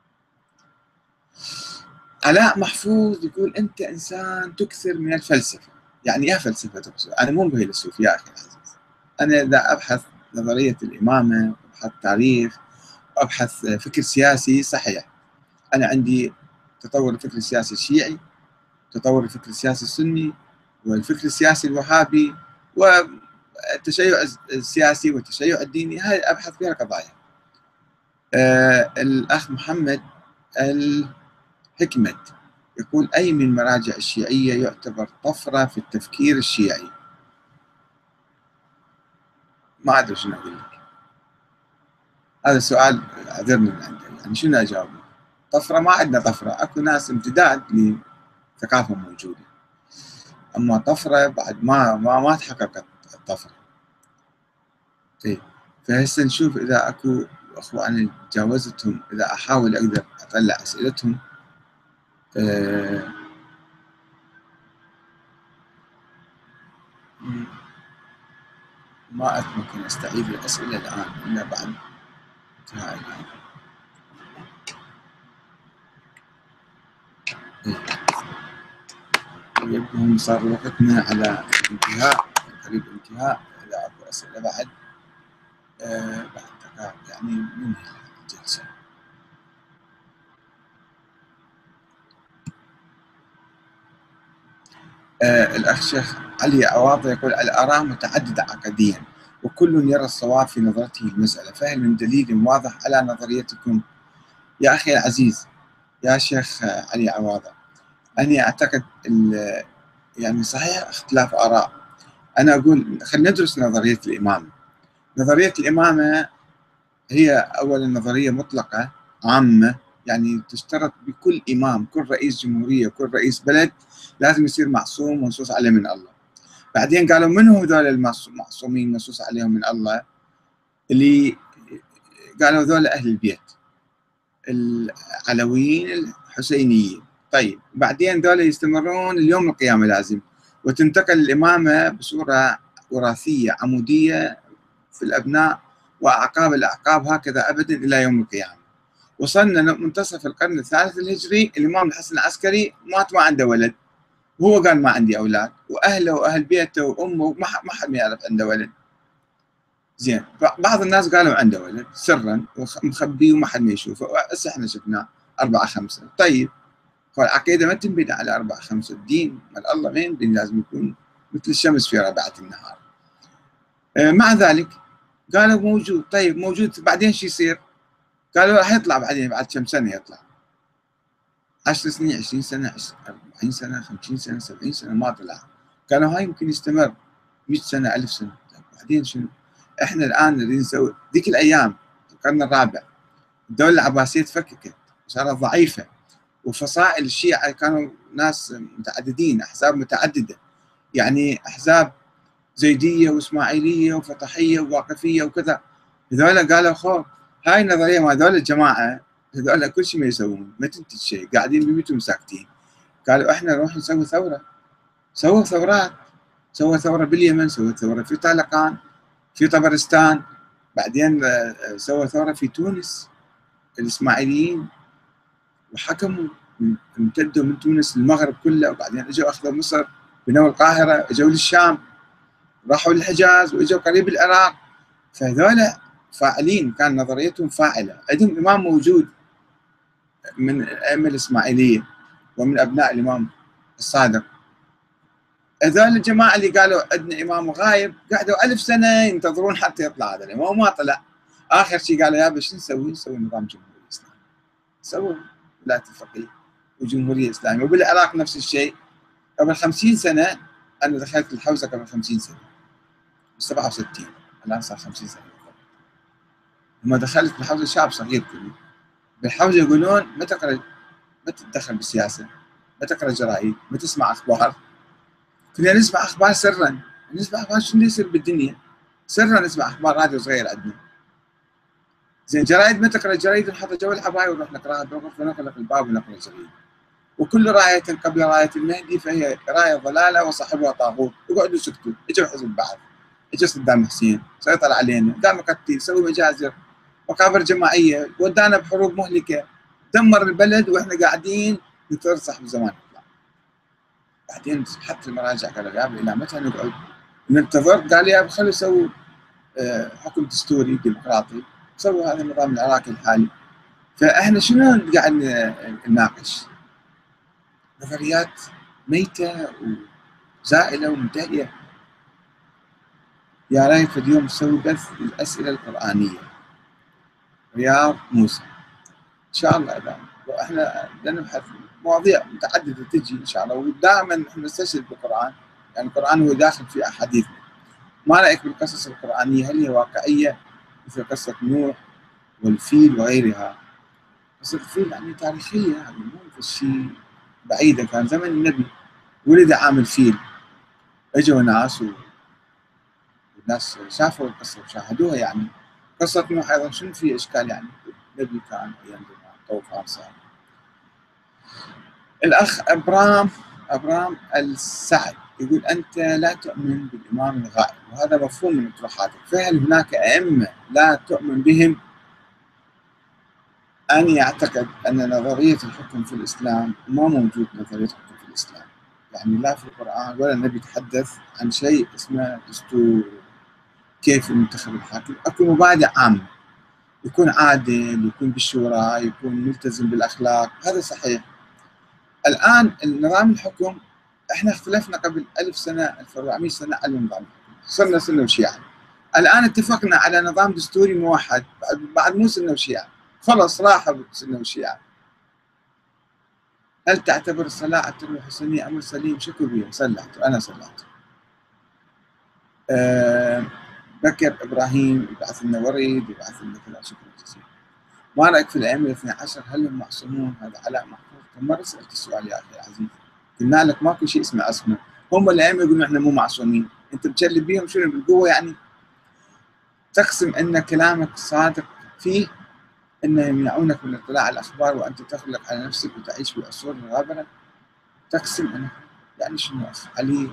علاء محفوظ يقول أنت إنسان تكثر من الفلسفة. يعني إيه فلسفة تكثر؟ أنا مو فيلسوف يا أخي العزيز، أنا إذا أبحث نظرية الإمامة، أبحث تاريخ، أبحث فكر سياسي صحيح. أنا عندي تطور الفكر السياسي الشيعي، تطور الفكر السياسي السني، والفكر السياسي الوهابي، والتشيع السياسي والتشيع الديني، هاي أبحث فيها قضايا. آه الأخ محمد الحكمت يقول أي من مراجع الشيعية يعتبر طفرة في التفكير الشيعي؟ ما أدري شنو أقول لك، هذا السؤال أعذرني من عنده، يعني شنو أجاوب؟ طفرة ما عندنا طفرة، أكو ناس امتداد لثقافة موجودة، أما طفرة بعد ما ما ما تحققت الطفرة. إيه، فهسه نشوف إذا أكو أخواني تجاوزتهم، إذا أحاول أقدر أطلع أسئلتهم. أه ما أتمكن أستعيد الأسئلة الآن إلا بعد انتهاء الآن. إيه. يبدو صار وقتنا على انتهاء، قريب انتهاء، إذا أكو أسئلة بعد أه بعد دقائق يعني ننهي الجلسة. أه الأخ شيخ علي عواضي يقول الآراء متعددة عقديا وكل يرى الصواب في نظرته المسألة، فهل من دليل واضح على نظريتكم؟ يا أخي العزيز يا شيخ علي عواضي، أنا أعتقد يعني صحيح اختلاف آراء. أنا أقول خلينا ندرس نظرية الإمامة. نظرية الإمامة هي أولا نظرية مطلقة عامة، يعني تشترط بكل إمام، كل رئيس جمهورية، كل رئيس بلد لازم يصير معصوم منصوص عليه من الله. بعدين قالوا من هم هذول المعصومين منصوص عليهم من الله؟ اللي قالوا هذول أهل البيت، العلويين الحسينيين. طيب بعدين ذولا يستمرون اليوم القيامة لازم، وتنتقل الإمامة بصورة وراثية عمودية في الأبناء وأعقاب الأعقاب هكذا أبدا إلى يوم القيامة. وصلنا منتصف القرن الثالث الهجري، الإمام الحسن العسكري مات ما عنده ولد، وهو قال ما عندي أولاد، وأهله وأهل بيته وأمه ما حد ما يعرف عنده ولد. زين، بعض الناس قالوا عنده ولد سرا ومخبيه وما حد ما يشوفه، هسه احنا شفناه أربعة خمسة. طيب فالعقيدة ما تنبني على أربعة خمسة، الدين مال الله ما ينبني، لازم يكون مثل الشمس في ربعة النهار. آه مع ذلك قالوا موجود. طيب موجود، بعدين شو يصير؟ قالوا راح يطلع بعدين بعد كم سنة يطلع. عشر سنين، عشرين سنة، أربعين سنة، خمسين سنة، سبعين سنة ما طلع. كانوا هاي يمكن يستمر مئة سنة، ألف سنة. بعدين شنو؟ احنا الآن نريد نسوي ذيك الأيام القرن الرابع الدولة العباسية تفككت وصارت ضعيفة، وفصائل الشيعة كانوا ناس متعددين، أحزاب متعددة، يعني أحزاب زيدية وإسماعيلية وفتحية وواقفية وكذا. هذول قالوا خو هاي النظرية ما هذول الجماعة هذول كل شيء ما يسوون، ما تنتج شيء، قاعدين ببيتهم ساكتين. قالوا احنا نروح نسوي ثورة. سووا ثورات، سووا ثورة باليمن، سووا ثورة في طالقان، في طبرستان، بعدين سووا ثورة في تونس الإسماعيليين، وحكموا، امتدوا من تونس للمغرب كله، وبعدين اجوا اخذوا مصر، بنوا القاهرة، اجوا للشام، راحوا للحجاز، واجوا قريب العراق. فهذول فاعلين، كان نظريتهم فاعلة، عندهم إمام موجود من الأئمة الإسماعيلية ومن أبناء الإمام الصادق. هذول الجماعة اللي قالوا عندنا إمام غايب قعدوا ألف سنة ينتظرون حتى يطلع هذا الإمام وما طلع. آخر شيء قالوا يابا شو نسوي؟ نسوي نظام جمهوري إسلامي. سووا ولاية الفقيه وجمهورية إسلامية. وبالعراق نفس الشيء. قبل خمسين سنة أنا دخلت الحوزة، قبل خمسين سنة سبعة وستين، الآن صار خمسين سنة. لما دخلت بالحوزة شاب صغير كله، بالحوزة يقولون ما تقرأ، ما تتدخل بالسياسة، ما تقرأ جرائد، ما تسمع أخبار. كنا نسمع أخبار سرا، نسمع أخبار شنو يصير بالدنيا سرا، نسمع أخبار راديو صغير عندنا. زين جرائد ما تقرأ جريدة، نحط جو الحبايب ونروح نقراها بالغرفة ونغلق الباب ونقرأ الجريدة. وكل راية قبل راية المهدي فهي راية ضلالة وصاحبها طاغوت. يقعدوا يسكتوا. اجوا حزب البعث، اجى صدام حسين سيطر علينا، قام يقتل، سوي مجازر، مقابر جماعية، ودانا بحروب مهلكة، دمر البلد واحنا قاعدين نترصح بزمان. بعدين حتى المراجع قالوا يا الى متى نقعد ننتظر؟ قال يا خلوا يسووا حكم دستوري ديمقراطي، سووا هذا النظام العراقي الحالي. فاحنا شنو قاعد نناقش؟ نظريات ميتة وزائلة ومنتهية. يا ريت اليوم نسوي بث الأسئلة القرآنية، رياض موسى إن شاء الله. إذا احنا نبحث مواضيع متعددة تجي إن شاء الله، ودائما نحن نستشهد بالقرآن، يعني القرآن هو داخل في أحاديثنا. ما رأيك بالقصص القرآنية؟ هل هي واقعية مثل قصة نوح والفيل وغيرها؟ قصة الفيل يعني تاريخية، يعني مو شيء بعيدة، كان زمن النبي ولد عام الفيل، اجوا ناس والناس شافوا القصة وشاهدوها. يعني قصة نوح أيضا شنو في إشكال؟ يعني النبي كان أيام طوفان صار. الأخ أبرام أبرام السعد يقول أنت لا تؤمن بالإمام الغائب، وهذا مفهوم من اطروحاتك، فهل هناك أئمة لا تؤمن بهم؟ أنا يعتقد أن نظرية الحكم في الإسلام ما موجود نظرية الحكم في الإسلام، يعني لا في القرآن ولا النبي يتحدث عن شيء اسمه دستور، كيف ينتخب الحاكم. أكو مبادئ عامة، يكون عادل، يكون بالشورى، يكون ملتزم بالأخلاق، هذا صحيح. الآن النظام الحكم احنا اختلفنا قبل ألف سنة، ألف وأربعمئة سنة على نظام الحكم، صرنا سنة وشيعة. الآن اتفقنا على نظام دستوري موحد، بعد مو سنة وشيعة، خلص راحوا سنة وشيعة. هل تعتبر الصلاة على التربية الحسينية أمر سليم؟ شكو بيه، صلحت أنا صلحت. أه بكر إبراهيم يبعث لنا ورد، يبعث لنا كذا، شكرا جزيلا. ما رأيك في الأئمة الاثني عشر؟ هل هم معصومون؟ هذا علاء محفوظ. كم مرة سألت السؤال يا أخي العزيز، قلنا لك ماكو شيء اسمه عصمة. هم الأئمة يقولون احنا مو معصومين، أنت بتجلب بيهم شنو بالقوة؟ يعني تقسم أن كلامك صادق فيه أنه يمنعونك من الاطلاع على الأخبار وأنت تغلق على نفسك وتعيش في عصور الغابرة. تقسم أنه يعني شنو علي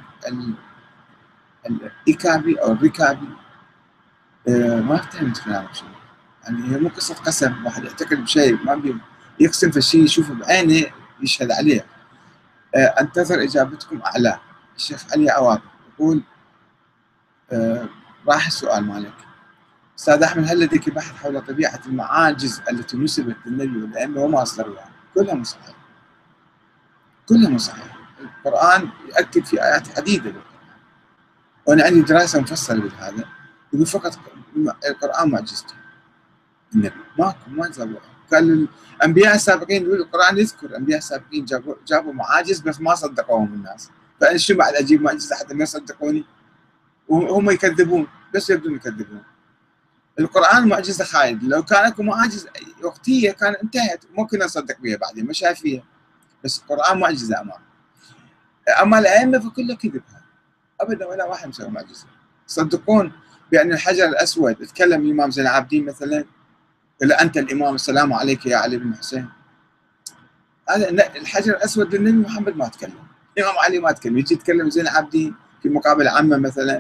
الإيكابي أو الركابي؟ أه ما فهمت كلامك شنو. يعني هي مو قصة قسم، واحد يعتقد بشيء ما بي يقسم في الشيء يشوفه بعينه يشهد عليه. أه انتظر إجابتكم أعلى. الشيخ علي عواض يقول أه راح السؤال مالك أستاذ أحمد، هل لديك بحث حول طبيعة المعاجز التي نسبت للنبي والأئمة وما أصدروها؟ كلها مو صحيح، كلها مو صحيح. القرآن يؤكد في آيات عديدة بالقرآن، وأنا عندي دراسة مفصلة بهذا، يقول فقط القرآن معجزته، النبي ماكو ما زبوها. قال الانبياء السابقين يقول القران يذكر الانبياء السابقين جابوا جابوا معاجز بس ما صدقوهم الناس، فانا شو بعد اجيب معجزه حتى ما يصدقوني؟ وهم يكذبون بس يبدون يكذبون. القران معجزه خالد، لو كان اكو معاجز وقتيه كان انتهت ممكن اصدق بها بعدين ما شايف فيها، بس القران معجزه امام. اما الائمه فكله كذب ابدا، ولا واحد مسوي معجزه. تصدقون بان الحجر الاسود تكلم الامام زين العابدين مثلا، الا انت الامام السلام عليك يا علي بن حسين؟ هذا الحجر الاسود للنبي محمد ما تكلم، الامام علي ما تكلم، يجي يتكلم زين العابدين في مقابله عامه مثلا.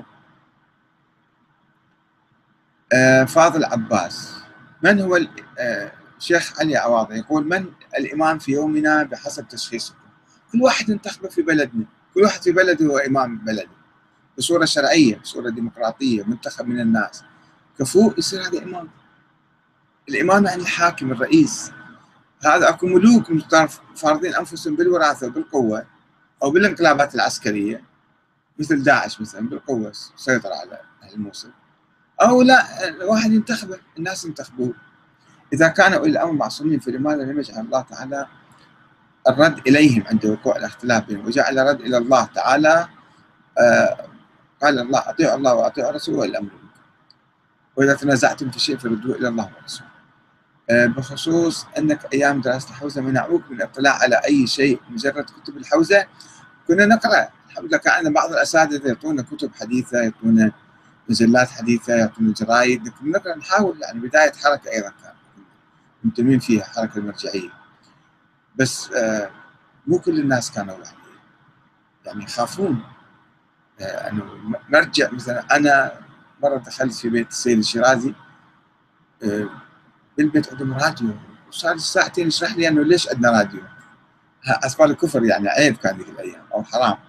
آه فاضل عباس، من هو آه شيخ علي عواضي يقول من الامام في يومنا بحسب تشخيصكم؟ كل واحد ينتخبه في بلدنا، كل واحد في بلده هو امام بلده بصوره شرعيه بصوره ديمقراطيه منتخب من الناس، كفو يصير هذا امام. الامام يعني الحاكم الرئيس. هذا اكو ملوك فارضين انفسهم بالوراثه وبالقوه او بالانقلابات العسكريه مثل داعش مثلا بالقوه سيطر على اهل الموصل، او لا واحد ينتخبه الناس ينتخبوه. اذا كانوا اولي الامر معصومين فلماذا لم يجعل الله تعالى الرد اليهم عند وقوع الاختلاف بينهم وجعل الرد الى الله تعالى؟ آه قال الله اطيعوا الله واطيعوا الرسول والامر منكم واذا تنازعتم في شيء فردوه الى الله والرسول. آه بخصوص انك ايام دراسه الحوزه منعوك من الاطلاع على اي شيء مجرد كتب الحوزه، كنا نقرا الحمد لله، كان عندنا بعض الاساتذه يعطونا كتب حديثه، يعطونا مجلات حديثه، يعطونا جرايد، كنا نقرا نحاول يعني بدايه حركه ايضا كان منتمين فيها حركه المرجعيه، بس آه مو كل الناس كانوا يعني يعني يخافون آه انه مرجع. مثلا انا مره دخلت في بيت السيد الشيرازي، آه بالبيت عندهم راديو، وصار ساعتين يشرح لي انه ليش عندنا راديو، اسباب الكفر يعني عيب كان ذيك الايام او حرام.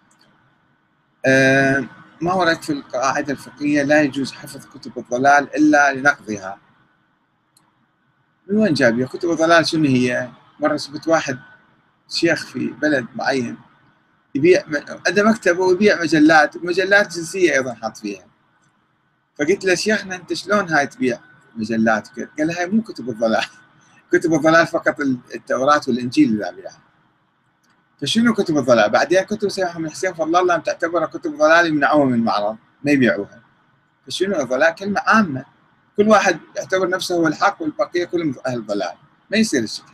آه ما هو رايك في القاعده الفقهيه لا يجوز حفظ كتب الضلال الا لنقضها؟ من وين جايبها كتب الضلال؟ شنو هي؟ مره شفت واحد شيخ في بلد معين يبيع عنده مكتبه ويبيع مجلات، مجلات جنسيه ايضا حاط فيها، فقلت له شيخنا انت شلون هاي تبيع مجلات؟ قال هاي مو كتب الضلال، كتب الضلال فقط التوراة والانجيل اللي ابيعها. فشنو كتب الضلال؟ بعدين كتب سيد محمد حسين فضل الله تعتبر كتب ضلال يمنعوها من المعرض ما يبيعوها. فشنو الضلال؟ كلمه عامه، كل واحد يعتبر نفسه هو الحق والبقيه كلهم اهل الضلال، ما يصير الشكل.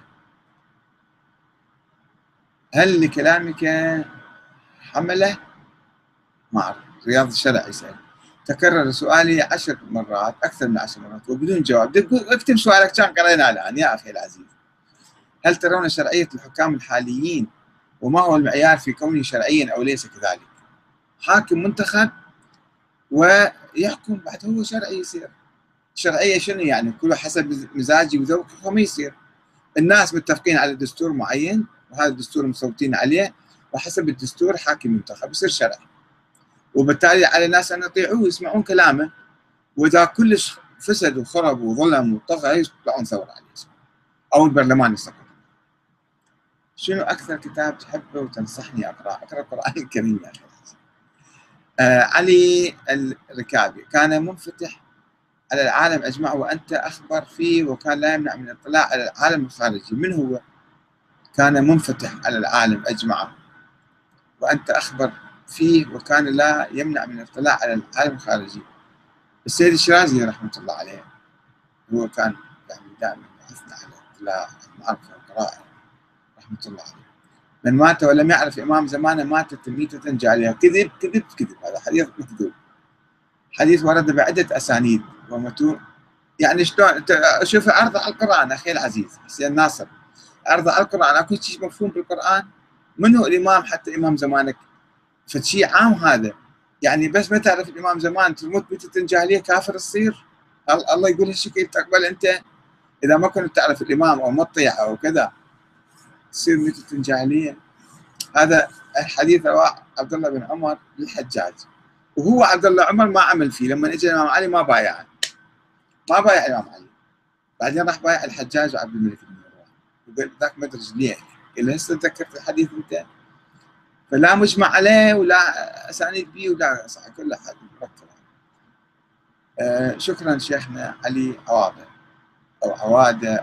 هل لكلامك حمله؟ ما اعرف. رياض الشرع يسال تكرر سؤالي عشر مرات اكثر من عشر مرات وبدون جواب، اكتب سؤالك كان قرينا الان يا اخي العزيز. هل ترون شرعيه الحكام الحاليين وما هو المعيار في كونه شرعيا او ليس كذلك؟ حاكم منتخب ويحكم بعد هو شرعي يصير. شرعيه شنو يعني؟ كله حسب مزاجي وذوقي فما يصير. الناس متفقين على دستور معين وهذا الدستور مصوتين عليه وحسب الدستور حاكم منتخب يصير شرعي، وبالتالي على الناس ان يطيعوه ويسمعون كلامه، واذا كلش فسد وخرب وظلم وطغى يطلعون ثوره عليه او البرلمان يسقط. شنو اكثر كتاب تحبه وتنصحني اقراه؟ اقرا القران الكريم يا اخي. آه علي الركابي كان منفتح على العالم اجمع وانت اخبر فيه وكان لا يمنع من الاطلاع على العالم الخارجي. من هو كان منفتح على العالم اجمع وانت اخبر فيه وكان لا يمنع من الاطلاع على العالم الخارجي؟ السيد الشيرازي رحمه الله عليه هو كان يعني دائما يحثنا على الاطلاع المعرفه والقراءه رحمه الله عليه. من مات ولم يعرف امام زمانه ماتت ميتة جاريه. كذب كذب كذب، هذا حديث مكذوب، حديث ورد بعده اسانيد ومتون. يعني شلون شوف عرض على القران اخي العزيز حسين ناصر، عرض على القران اكو شيء مفهوم بالقران؟ من هو الامام حتى امام زمانك؟ فشيء عام هذا، يعني بس ما تعرف الامام زمان تموت ميتة جاهليه كافر تصير؟ الله يقول هالشيء تقبل انت؟ اذا ما كنت تعرف الامام او مطيع او كذا تصير ميتة جاهليه؟ هذا الحديث رواه عبد الله بن عمر للحجاج، وهو عبد الله عمر ما عمل فيه، لما اجى الامام علي ما بايعه، ما بايع الامام علي، بعدين راح بايع الحجاج وعبد الملك بن مروان، وقال ذاك ما ادري ليه، قال هسه تذكرت الحديث انت؟ فلا مجمع عليه ولا اسانيد به ولا صح، كل احد مركب. آه شكرا شيخنا علي عواده او عواده او عواده.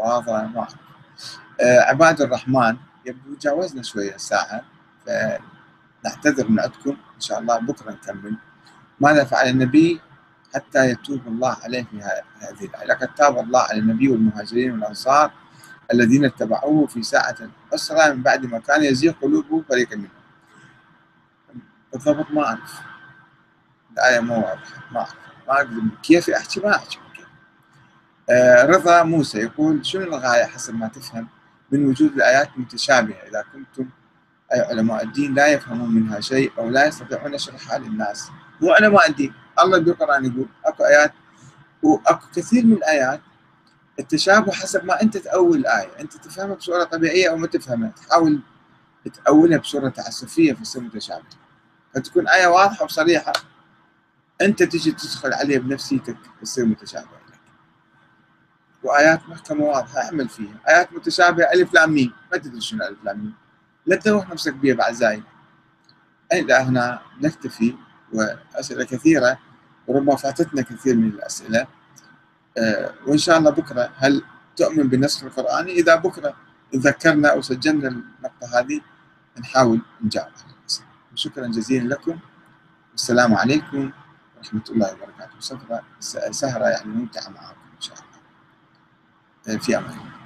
متواضعة ما أعرف. آه عباد الرحمن يبدو تجاوزنا شوية الساعة، فنعتذر من عندكم، إن شاء الله بكرة نكمل. ماذا فعل النبي حتى يتوب الله عليه في هذه الآية؟ لقد تاب الله على النبي والمهاجرين والأنصار الذين اتبعوه في ساعة العسرة من بعد ما كان يزيغ قلوب فريق منهم. بالضبط ما أعرف، الآية مو واضحة، ما أعرف، ما أقدر كيف أحكي، ما أحكي كيف. آه رضا موسى يقول: شنو الغاية حسب ما تفهم من وجود الآيات المتشابهة إذا كنتم أي علماء الدين لا يفهمون منها شيء أو لا يستطيعون شرحها للناس؟ مو علماء الدين، الله بالقرآن يقول أكو آيات وأكو كثير من الآيات التشابه حسب ما أنت تأول الآية، أنت تفهمها بصورة طبيعية أو ما تفهمها، تحاول تأولها بصورة تعسفية فتصير متشابهة، فتكون آية واضحة وصريحة أنت تجي تدخل عليها بنفسيتك تصير متشابهة لك. وآيات محكمة واضحة اعمل فيها، آيات متشابهة ألف لام ميم ما تدري شنو ألف لام ميم، لا تدوخ نفسك بها بعد زايد. إلى هنا نكتفي، وأسئلة كثيرة وربما فاتتنا كثير من الأسئلة. أه وإن شاء الله بكرة، هل تؤمن بالنسخ القرآني؟ إذا بكرة تذكرنا أو سجلنا النقطة هذه نحاول نجاوب على الأسئلة. شكرا جزيلا لكم، والسلام عليكم ورحمة الله وبركاته. سهرة سهرة يعني ممتعة معكم إن شاء الله. في أمان الله.